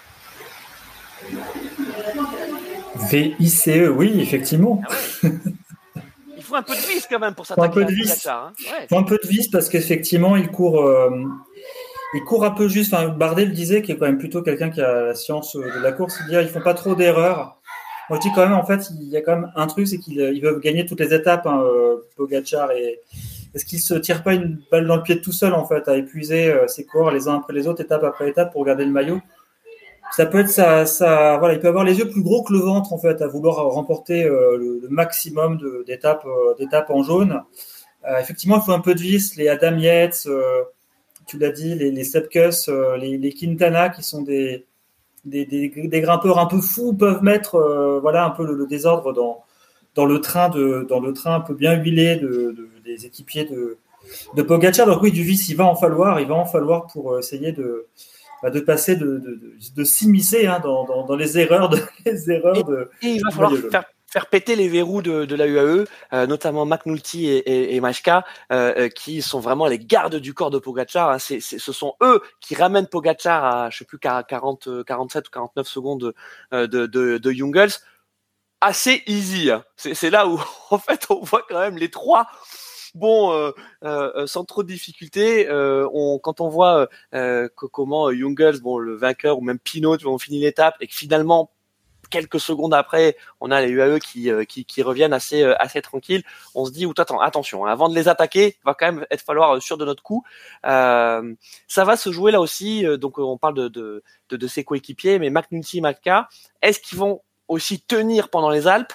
V-I-C-E, oui, effectivement. Ah ouais. Il faut un peu de vis quand même pour s'attaquer à Pogačar. Hein. Ouais. Il faut un peu de vis parce qu'effectivement, il court un peu juste. Enfin, Bardet le disait, qui est quand même plutôt quelqu'un qui a la science de la course. Il dit ils font pas trop d'erreurs. Moi, je dis quand même, en fait, il y a quand même un truc, c'est qu'ils veulent gagner toutes les étapes, Pogačar. Et est-ce qu'il se tire pas une balle dans le pied tout seul, en fait, à épuiser ses coureurs les uns après les autres, étape après étape, pour garder le maillot? ça peut être voilà, il peut avoir les yeux plus gros que le ventre en fait, à vouloir remporter le maximum d'étapes en jaune. Effectivement, il faut un peu de vis. Les Adam Yates, tu l'as dit, les Sepkus, les Quintana, qui sont des grimpeurs un peu fous, peuvent mettre voilà un peu le désordre dans le train un peu bien huilé des équipiers de Pogacar. Donc oui, du vice, il va en falloir pour essayer de passer, de s'immiscer dans les erreurs et il va falloir faire péter les verrous de la UAE, notamment McNulty et Majka, qui sont vraiment les gardes du corps de Pogacar. Hein. Ce sont eux qui ramènent Pogacar à, je sais plus, 47 ou 49 secondes de Jungels. Assez easy. Hein. C'est là où, en fait, on voit quand même les trois. Bon, sans trop de difficultés, quand on voit comment Jungels, bon, le vainqueur, ou même Pinot, ont fini l'étape, et que finalement, quelques secondes après, on a les UAE qui reviennent assez tranquilles. On se dit, attention, hein, avant de les attaquer, il va quand même falloir sûr de notre coup. Ça va se jouer là aussi. Donc, on parle de ses coéquipiers, mais McNulty et Majka, est-ce qu'ils vont aussi tenir pendant les Alpes?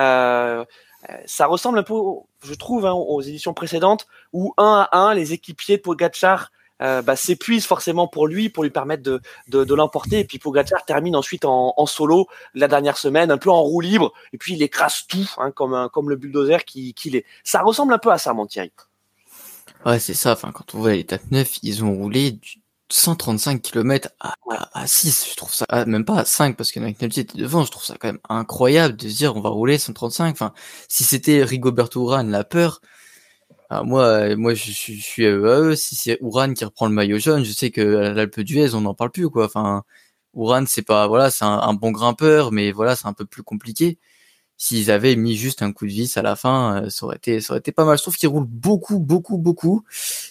Ça ressemble un peu, je trouve, hein, aux éditions précédentes où 1 à 1, les équipiers de Pogacar s'épuisent forcément pour lui permettre de l'emporter. Et puis Pogacar termine ensuite en solo la dernière semaine, un peu en roue libre. Et puis il écrase tout, hein, comme le bulldozer qu'il est. Ça ressemble un peu à ça, mon Thierry. Ouais, c'est ça. Enfin, quand on voit l'étape 9, ils ont roulé 135 km à 6, je trouve ça, même pas à 5 parce que McNulty était devant, je trouve ça quand même incroyable de se dire on va rouler 135. Enfin, si c'était Rigoberto Urán la peur, moi je suis à eux. Si c'est Urán qui reprend le maillot jaune, je sais que à l'Alpe d'Huez on n'en parle plus quoi. Enfin, Urán c'est pas, voilà, c'est un bon grimpeur, mais voilà, c'est un peu plus compliqué. S'ils avaient mis juste un coup de vis à la fin, ça aurait été pas mal. Je trouve qu'ils roulent beaucoup.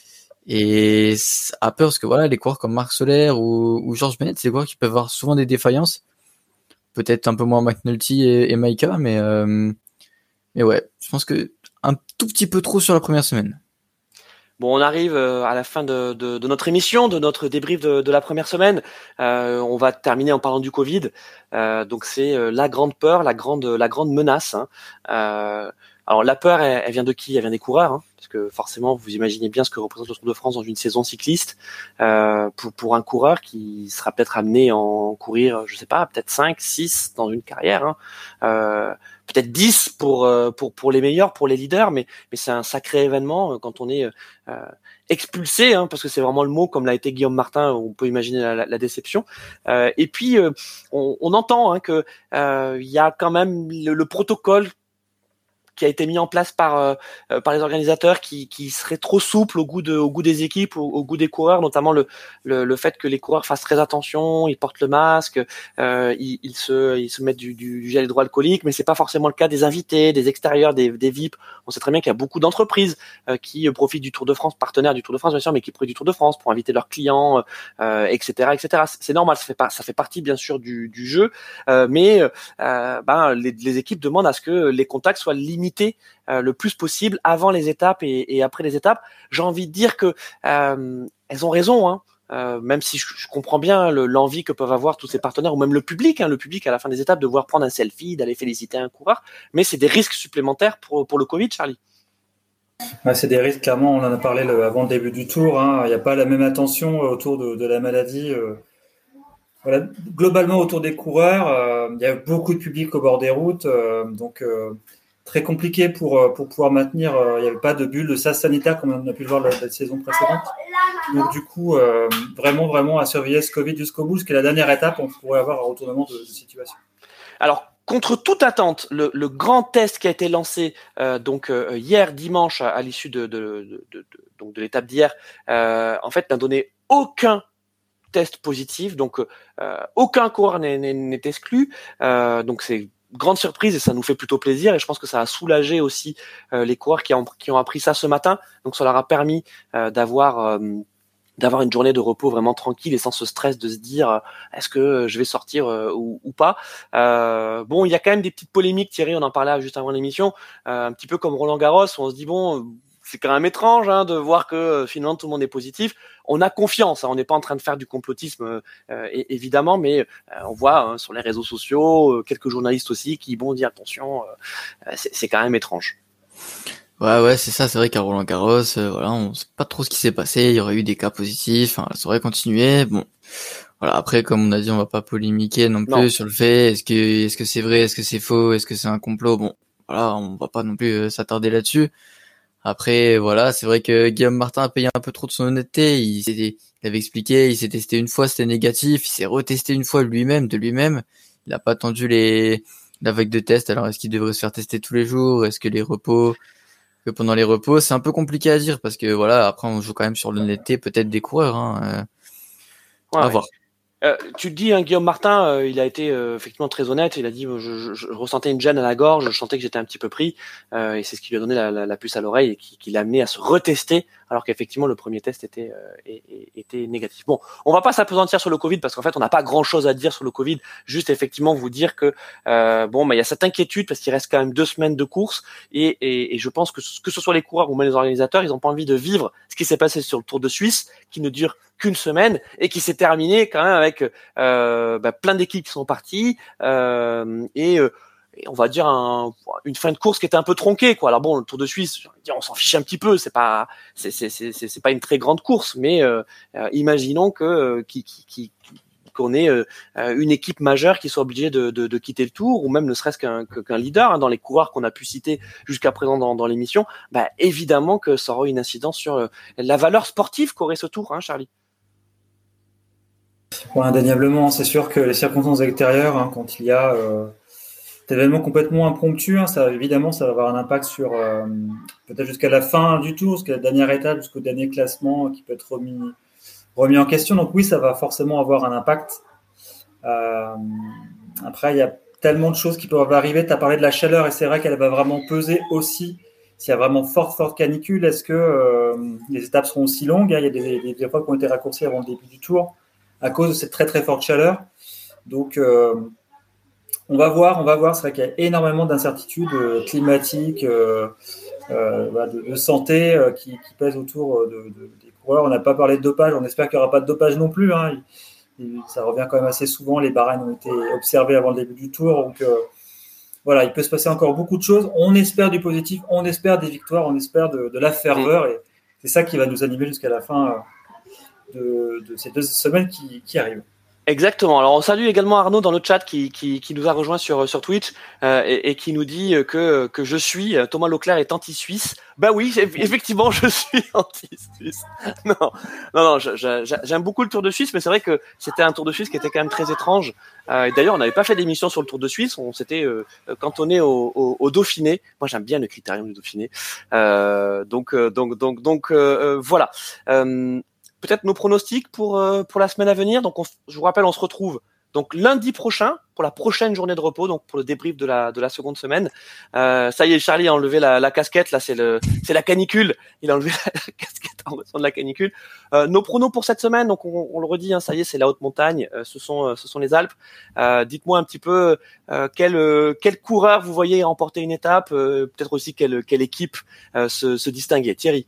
Et à peur parce que voilà, les coureurs comme Marc Soler ou Georges Bennett, c'est des coureurs qui peuvent avoir souvent des défaillances. Peut-être un peu moins McNulty et Maïka, mais ouais, je pense que un tout petit peu trop sur la première semaine. Bon, on arrive à la fin de notre émission, de notre débrief de la première semaine. On va terminer en parlant du Covid. Donc c'est la grande peur, la grande menace. Hein. Alors la peur, elle vient de qui? Elle vient des coureurs, hein, parce que forcément, vous imaginez bien ce que représente le Tour de France dans une saison cycliste. Pour un coureur qui sera peut-être amené à en courir, je sais pas, peut-être 5, 6 dans une carrière. Hein. Peut-être 10 pour les meilleurs, pour les leaders, mais c'est un sacré événement quand on est expulsé, hein, parce que c'est vraiment le mot, comme l'a été Guillaume Martin, on peut imaginer la déception. Et puis on entend, hein, que il y a quand même le protocole qui a été mis en place par les organisateurs qui serait trop souple au goût des équipes, au goût des coureurs, notamment le fait que les coureurs fassent très attention, ils portent le masque, ils se mettent du gel hydroalcoolique, mais c'est pas forcément le cas des invités, des extérieurs, des VIP. On sait très bien qu'il y a beaucoup d'entreprises qui profitent du Tour de France, partenaires du Tour de France bien sûr, mais qui profitent du Tour de France pour inviter leurs clients, etc. C'est normal, ça fait partie bien sûr du jeu, mais les équipes demandent à ce que les contacts soient limités le plus possible avant les étapes et après les étapes. J'ai envie de dire que elles ont raison, hein. Même si je comprends bien l'envie que peuvent avoir tous ces partenaires ou même le public, hein, à la fin des étapes de voir prendre un selfie, d'aller féliciter un coureur, mais c'est des risques supplémentaires pour le Covid, Charlie. Ouais, c'est des risques, clairement, on en a parlé avant le début du tour, hein. Il n'y a pas la même attention autour de la maladie. Voilà. Globalement, autour des coureurs, il y a beaucoup de public au bord des routes, donc très compliqué pour pouvoir maintenir. Il n'y avait pas de bulle de sas sanitaire comme on a pu le voir la saison précédente. Donc du coup, vraiment à surveiller ce Covid jusqu'au bout, parce que la dernière étape, on pourrait avoir un retournement de situation. Alors, contre toute attente, le grand test qui a été lancé hier dimanche à l'issue de l'étape d'hier, en fait, n'a donné aucun test positif, donc aucun coureur n'est exclu. Donc c'est grande surprise et ça nous fait plutôt plaisir, et je pense que ça a soulagé aussi les coureurs qui ont appris ça ce matin. Donc ça leur a permis d'avoir une journée de repos vraiment tranquille et sans ce stress de se dire est-ce que je vais sortir ou pas. Bon, il y a quand même des petites polémiques, Thierry, on en parlait juste avant l'émission, un petit peu comme Roland Garros, où on se dit bon, c'est quand même étrange de voir que finalement tout le monde est positif. On a confiance, on n'est pas en train de faire du complotisme évidemment, mais on voit sur les réseaux sociaux quelques journalistes aussi qui dit attention, c'est quand même étrange. Ouais, c'est ça, c'est vrai qu'à Roland-Garros, voilà, on sait pas trop ce qui s'est passé, il y aurait eu des cas positifs, ça aurait continué, bon. Voilà, après, comme on a dit, on va pas polémiquer non plus sur le fait, est-ce que c'est vrai, est-ce que c'est faux, est-ce que c'est un complot, bon, voilà, on va pas non plus s'attarder là-dessus. Après, voilà, c'est vrai que Guillaume Martin a payé un peu trop de son honnêteté, il avait expliqué, il s'est testé une fois, c'était négatif, il s'est retesté une fois de lui-même, il a pas attendu la vague de tests, alors est-ce qu'il devrait se faire tester tous les jours, est-ce que pendant les repos, c'est un peu compliqué à dire, parce que voilà, après on joue quand même sur l'honnêteté, peut-être des coureurs, à voir. Tu te dis, Guillaume Martin, il a été effectivement très honnête. Il a dit, je ressentais une gêne à la gorge, je sentais que j'étais un petit peu pris, et c'est ce qui lui a donné la puce à l'oreille et qui l'a amené à se retester, alors qu'effectivement le premier test était négatif. Bon, on va pas s'appesantir sur le Covid parce qu'en fait on n'a pas grand-chose à dire sur le Covid. Juste effectivement vous dire que il y a cette inquiétude parce qu'il reste quand même 2 semaines de course et je pense que ce soit les coureurs ou même les organisateurs, ils ont pas envie de vivre ce qui s'est passé sur le Tour de Suisse, qui ne dure qu'une semaine et qui s'est terminé quand même avec plein d'équipes qui sont parties et on va dire une fin de course qui était un peu tronquée, quoi. Alors bon, le Tour de Suisse, on s'en fiche un petit peu, c'est pas une très grande course, mais imaginons qu'on ait une équipe majeure qui soit obligée de quitter le Tour, ou même ne serait-ce qu'un leader dans les coureurs qu'on a pu citer jusqu'à présent dans l'émission. Évidemment que ça aura une incidence sur la valeur sportive qu'aurait ce Tour, Charlie. Ouais, indéniablement, c'est sûr que les circonstances extérieures, quand il y a cet événement complètement impromptu, évidemment, ça va avoir un impact sur peut-être jusqu'à la fin du tour, jusqu'à la dernière étape, jusqu'au dernier classement qui peut être remis en question. Donc oui, ça va forcément avoir un impact. Après, il y a tellement de choses qui peuvent arriver. Tu as parlé de la chaleur et c'est vrai qu'elle va vraiment peser aussi. S'il y a vraiment forte canicule, est-ce que les étapes seront aussi longues? Il y a des épreuves qui ont été raccourcies avant le début du tour à cause de cette très très forte chaleur. Donc on va voir. C'est vrai qu'il y a énormément d'incertitudes climatiques, de santé qui pèsent autour des coureurs. On n'a pas parlé de dopage, on espère qu'il n'y aura pas de dopage non plus. Ça revient quand même assez souvent. Les barèmes ont été observés avant le début du tour. Donc voilà, il peut se passer encore beaucoup de choses. On espère du positif, on espère des victoires, on espère de la ferveur. Et c'est ça qui va nous animer jusqu'à la fin de ces 2 semaines qui arrivent. Exactement. Alors on salue également Arnaud dans le chat qui nous a rejoint sur Twitch et qui nous dit que je suis Thomas Leclerc est anti-suisse. Oui, effectivement, je suis anti-suisse. Non, j'aime beaucoup le Tour de Suisse, mais c'est vrai que c'était un Tour de Suisse qui était quand même très étrange. Et d'ailleurs, on n'avait pas fait d'émission sur le Tour de Suisse, on s'était cantonné au Dauphiné. Moi, j'aime bien le critérium du Dauphiné. Donc voilà. Peut-être nos pronostics pour la semaine à venir. Donc, je vous rappelle, on se retrouve donc lundi prochain pour la prochaine journée de repos, donc pour le débrief de la seconde semaine. Ça y est, Charlie a enlevé la casquette. Là, c'est la canicule. Il a enlevé la casquette en raison de la canicule. Nos pronos pour cette semaine, donc on le redit, ça y est, c'est la haute montagne. Ce sont les Alpes. Dites-moi un petit peu quel coureur vous voyez remporter une étape. Peut-être aussi quelle équipe se distinguer. Thierry.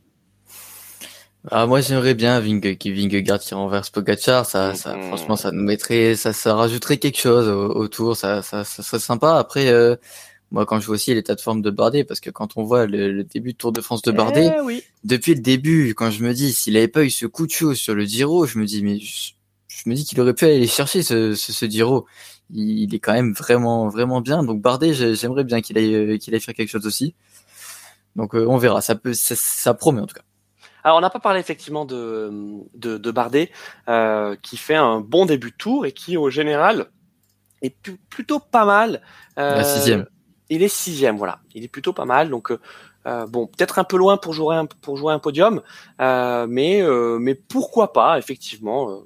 Moi j'aimerais bien Vingegaard qui renverse Pogačar, franchement ça nous mettrait, ça rajouterait quelque chose au tour, ça serait sympa. Après moi quand je vois aussi l'état de forme de Bardet, parce que quand on voit le début de Tour de France de Bardet, depuis le début, quand je me dis s'il avait pas eu ce coup de chaud sur le Giro, je me dis qu'il aurait pu aller chercher ce Giro. Il est quand même vraiment vraiment bien. Donc Bardet, j'aimerais bien qu'il aille faire quelque chose aussi. Donc on verra, ça promet en tout cas. Alors, on n'a pas parlé effectivement de Bardet, qui fait un bon début de tour et qui, au général, est plutôt pas mal. La 6e. Il est 6e, voilà. Il est plutôt pas mal. Donc, peut-être un peu loin pour jouer un podium, mais pourquoi pas, effectivement,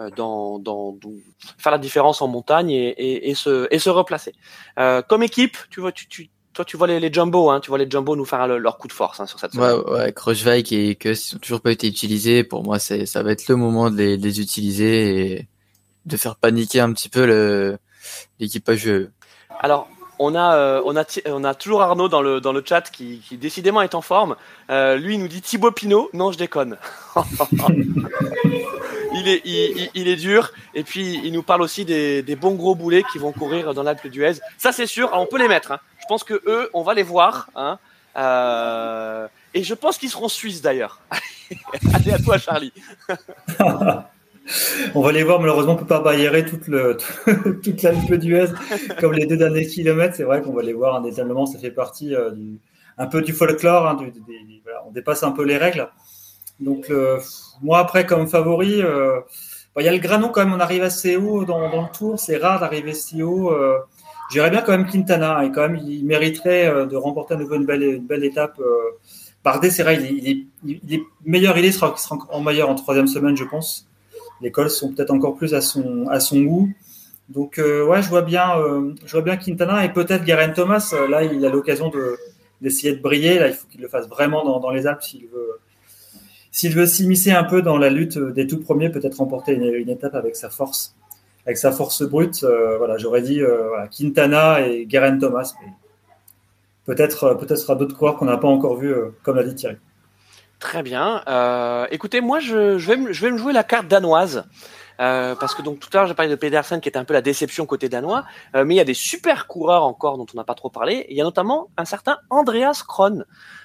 faire la différence en montagne et se replacer. Comme équipe, toi, tu vois les Jumbo, tu vois les Jumbo nous faire leur coup de force sur cette semaine. Ouais, Kreuzweig et Kuss, ils n'ont toujours pas été utilisés. Pour moi, ça va être le moment de les utiliser et de faire paniquer un petit peu l'équipage. Alors, on a toujours Arnaud dans le chat qui décidément est en forme. Lui, il nous dit Thibaut Pinot. Non, je déconne. Il est dur. Et puis, il nous parle aussi des bons gros boulets qui vont courir dans l'Alpe d'Huez. Ça, c'est sûr. Alors, on peut les mettre. Hein. Je pense que eux, on va les voir. Hein. Et je pense qu'ils seront suisses d'ailleurs. Allez, à toi, Charlie. On va les voir, malheureusement, on ne peut pas barriérer toute l'Alpe d'Huez comme les 2 derniers kilomètres. C'est vrai qu'on va les voir indéniablement, ça fait partie un peu du folklore. Hein, voilà, on dépasse un peu les règles. Donc, moi, après, comme favori, il y a le Granon quand même. On arrive assez haut dans le tour. C'est rare d'arriver si haut. J'irais bien quand même Quintana. Et quand même, il mériterait de remporter à nouveau une belle étape. Bardet, c'est vrai, il est meilleur. Il sera en meilleur en 3e semaine, je pense. Les cols sont peut-être encore plus à son goût. Donc, je vois bien Quintana et peut-être Geraint Thomas. Là, il a l'occasion d'essayer de briller. Là, il faut qu'il le fasse vraiment dans les Alpes s'il veut s'immiscer un peu dans la lutte des tout premiers, peut-être remporter une étape avec sa force brute. J'aurais dit Quintana et Geraint Thomas. Mais peut-être sera d'autres coureurs qu'on n'a pas encore vus, comme l'a dit Thierry. Très bien. Écoutez, moi, je vais me jouer la carte danoise. Parce que donc tout à l'heure j'ai parlé de Pedersen qui était un peu la déception côté danois, mais il y a des super coureurs encore dont on n'a pas trop parlé. Il y a notamment un certain Andreas Kron,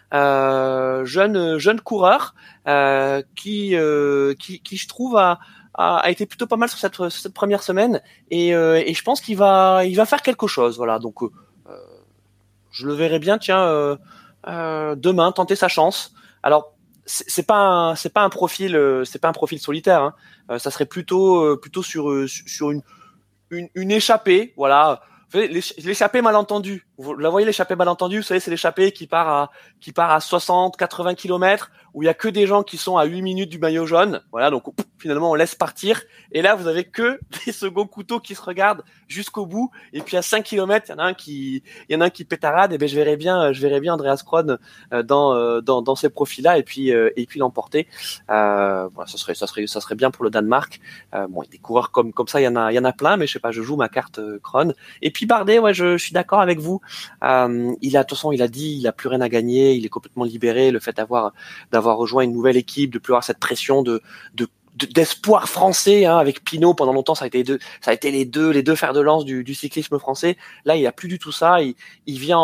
jeune coureur qui je trouve a été plutôt pas mal sur cette première semaine et je pense qu'il va faire quelque chose. Voilà, donc je le verrai bien, demain tenter sa chance. Alors c'est pas un profil solitaire, hein. Ça serait plutôt sur une échappée, voilà. Vous savez, l'échappée malentendue. Vous la voyez, l'échappée malentendue, vous savez, c'est l'échappée qui part à 60, 80 km, où il y a que des gens qui sont à 8 minutes du maillot jaune. Voilà, donc finalement, on laisse partir. Et là, vous avez que des seconds couteaux qui se regardent jusqu'au bout. Et puis à 5 km, il y en a un qui pétarade. Et ben, je verrais bien Andreas Kron dans ces profils-là, et puis l'emporter. Voilà, ça serait bien pour le Danemark. Bon, des coureurs comme ça, il y en a plein, mais je sais pas, je joue ma carte Kron. Et puis Bardet, ouais, je suis d'accord avec vous. De toute façon, il a dit, il a plus rien à gagner, il est complètement libéré. Le fait d'avoir rejoint une nouvelle équipe, de plus avoir cette pression d'espoir français, hein, avec Pinot pendant longtemps, ça a été les deux fers de lance du cyclisme français. Là, il a plus du tout ça. Il vient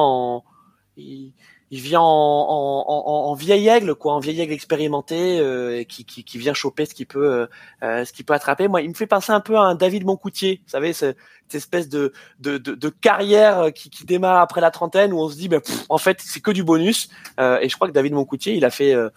en vieil aigle, quoi, en vieil aigle expérimenté, qui vient choper ce qu'il peut attraper. Moi, il me fait penser un peu à un David Moncoutier, vous savez, cette espèce de carrière qui démarre après la trentaine, où on se dit, en fait, c'est que du bonus. Et je crois que David Moncoutier, il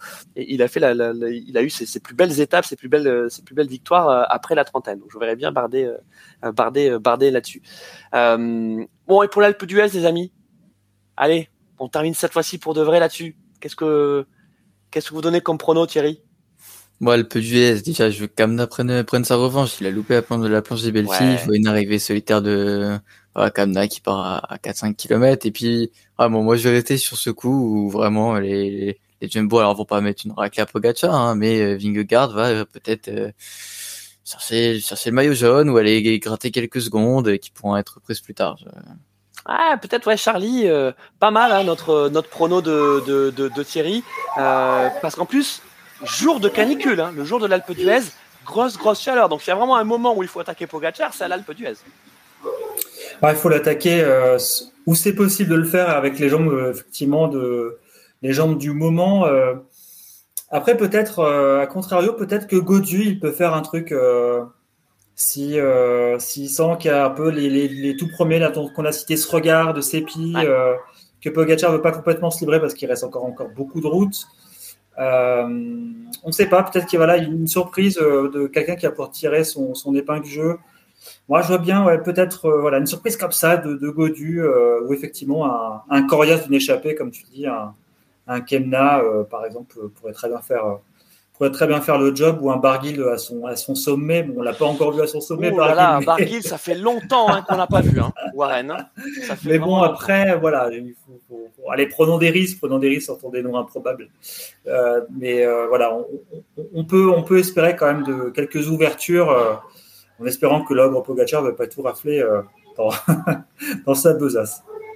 a eu ses plus belles étapes, ses plus belles victoires après la trentaine. Donc, je verrais bien Bardet là-dessus. Bon, et pour l'Alpe d'Huez, les amis, allez. On termine cette fois-ci pour de vrai là-dessus. Qu'est-ce que vous donnez comme prono, Thierry? Moi, le peu d'US, déjà, je veux que Kamna prenne sa revanche. Il a loupé la planche des Belfi. Ouais. Il faut une arrivée solitaire de Kamna qui part à 4-5 km. Et puis, moi, je vais rester sur ce coup où vraiment les Jumbo, alors, vont pas mettre une raclée à Pogacar, hein, mais Vingegaard va peut-être chercher le maillot jaune ou aller gratter quelques secondes qui pourront être prises plus tard. Peut-être, ouais, Charlie, pas mal, hein, notre prono de Thierry, parce qu'en plus, jour de canicule, hein, le jour de l'Alpe d'Huez, grosse chaleur. Donc, il y a vraiment un moment où il faut attaquer Pogacar, c'est à l'Alpe d'Huez. Il faut l'attaquer où c'est possible de le faire avec les jambes, effectivement, les jambes du moment. Après, peut-être, à contrario, peut-être que Gaudu, il peut faire un truc. S'il sent qu'il y a un peu les tout premiers là, qu'on a cité, ce regard de Seppi, que Pogacar ne veut pas complètement se libérer parce qu'il reste encore beaucoup de route. On ne sait pas, peut-être qu'il y a une surprise de quelqu'un qui va pouvoir tirer son épingle du jeu. Moi, je vois bien peut-être une surprise comme ça de Gaudu, ou effectivement un Corias d'une échappée, comme tu dis, un Kemna, par exemple, pourrait très bien faire le job, ou un Barguil à son sommet. Bon, on l'a pas encore vu à son sommet. Barguil, ça fait longtemps qu'on l'a pas vu, hein, Warren. Hein. Mais bon, après, voilà, il faut aller prenons des risques, sortons des noms improbables. Voilà, on peut espérer quand même de quelques ouvertures, en espérant que l'ogre Pogacar ne va pas tout rafler dans sa besace.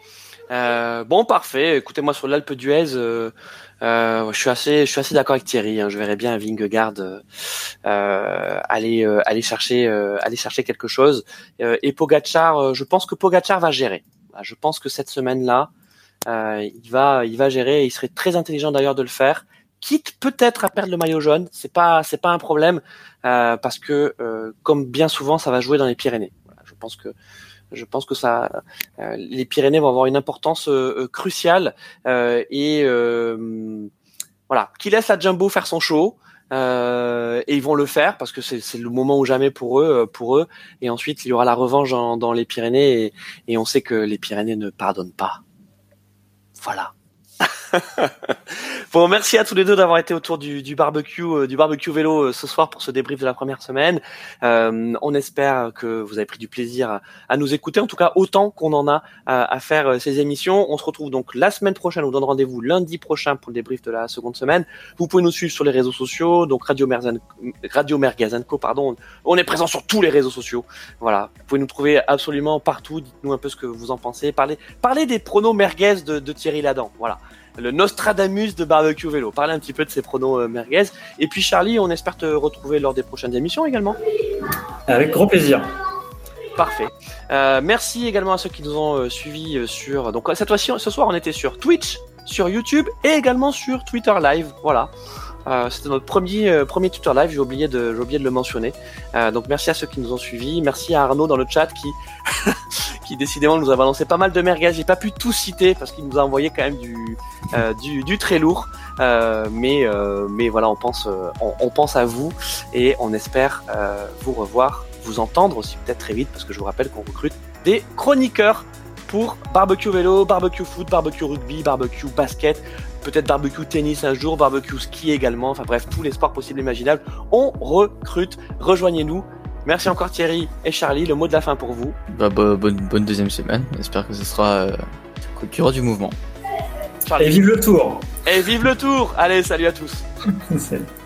Bon, parfait. Écoutez, moi sur l'Alpe d'Huez, je suis assez d'accord avec Thierry. Hein. Je verrais bien Vingegaard aller chercher quelque chose. Et Pogačar, je pense que Pogačar va gérer. Je pense que cette semaine-là, il va gérer. Et il serait très intelligent d'ailleurs de le faire. Quitte peut-être à perdre le maillot jaune, c'est pas un problème parce que comme bien souvent, ça va jouer dans les Pyrénées. Voilà, je pense que ça, les Pyrénées vont avoir une importance cruciale et voilà, qui laisse la Jumbo faire son show et ils vont le faire parce que c'est le moment ou jamais pour eux et ensuite il y aura la revanche dans les Pyrénées et on sait que les Pyrénées ne pardonnent pas. Voilà. Bon, merci à tous les deux d'avoir été autour du barbecue vélo ce soir pour ce débrief de la première semaine. On espère que vous avez pris du plaisir à nous écouter, en tout cas autant qu'on en a à faire ces émissions. On se retrouve donc la semaine prochaine, on vous donne rendez-vous lundi prochain pour le débrief de la seconde semaine. Vous pouvez nous suivre sur les réseaux sociaux, donc Radio Mergazenco, pardon. On est présent sur tous les réseaux sociaux. Voilà, vous pouvez nous trouver absolument partout. Dites-nous un peu ce que vous en pensez. Parlez des pronos merguez de Thierry Ladan. Voilà. Le Nostradamus de barbecue vélo. Parlez un petit peu de ces pronos merguez. Et puis Charlie, on espère te retrouver lors des prochaines émissions également. Avec grand plaisir. Parfait. Merci également à ceux qui nous ont suivis sur... Donc cette fois-ci, ce soir, on était sur Twitch, sur YouTube et également sur Twitter Live. Voilà. C'était notre premier Twitter Live, j'ai oublié de le mentionner. Donc merci à ceux qui nous ont suivis. Merci à Arnaud dans le chat qui décidément nous a balancé pas mal de merguez. J'ai pas pu tout citer parce qu'il nous a envoyé quand même du très lourd. Mais voilà, on pense à vous et on espère vous revoir, vous entendre aussi peut-être très vite parce que je vous rappelle qu'on recrute des chroniqueurs pour barbecue vélo, barbecue foot, barbecue rugby, barbecue basket, peut-être barbecue tennis un jour, barbecue ski également, enfin bref, tous les sports possibles et imaginables. On recrute, rejoignez-nous. Merci encore Thierry et Charlie, le mot de la fin pour vous. Bonne deuxième semaine, j'espère que ce sera qu'il y aura du mouvement. Charlie. Et vive le Tour. Et vive le Tour. Allez, salut à tous. Salut.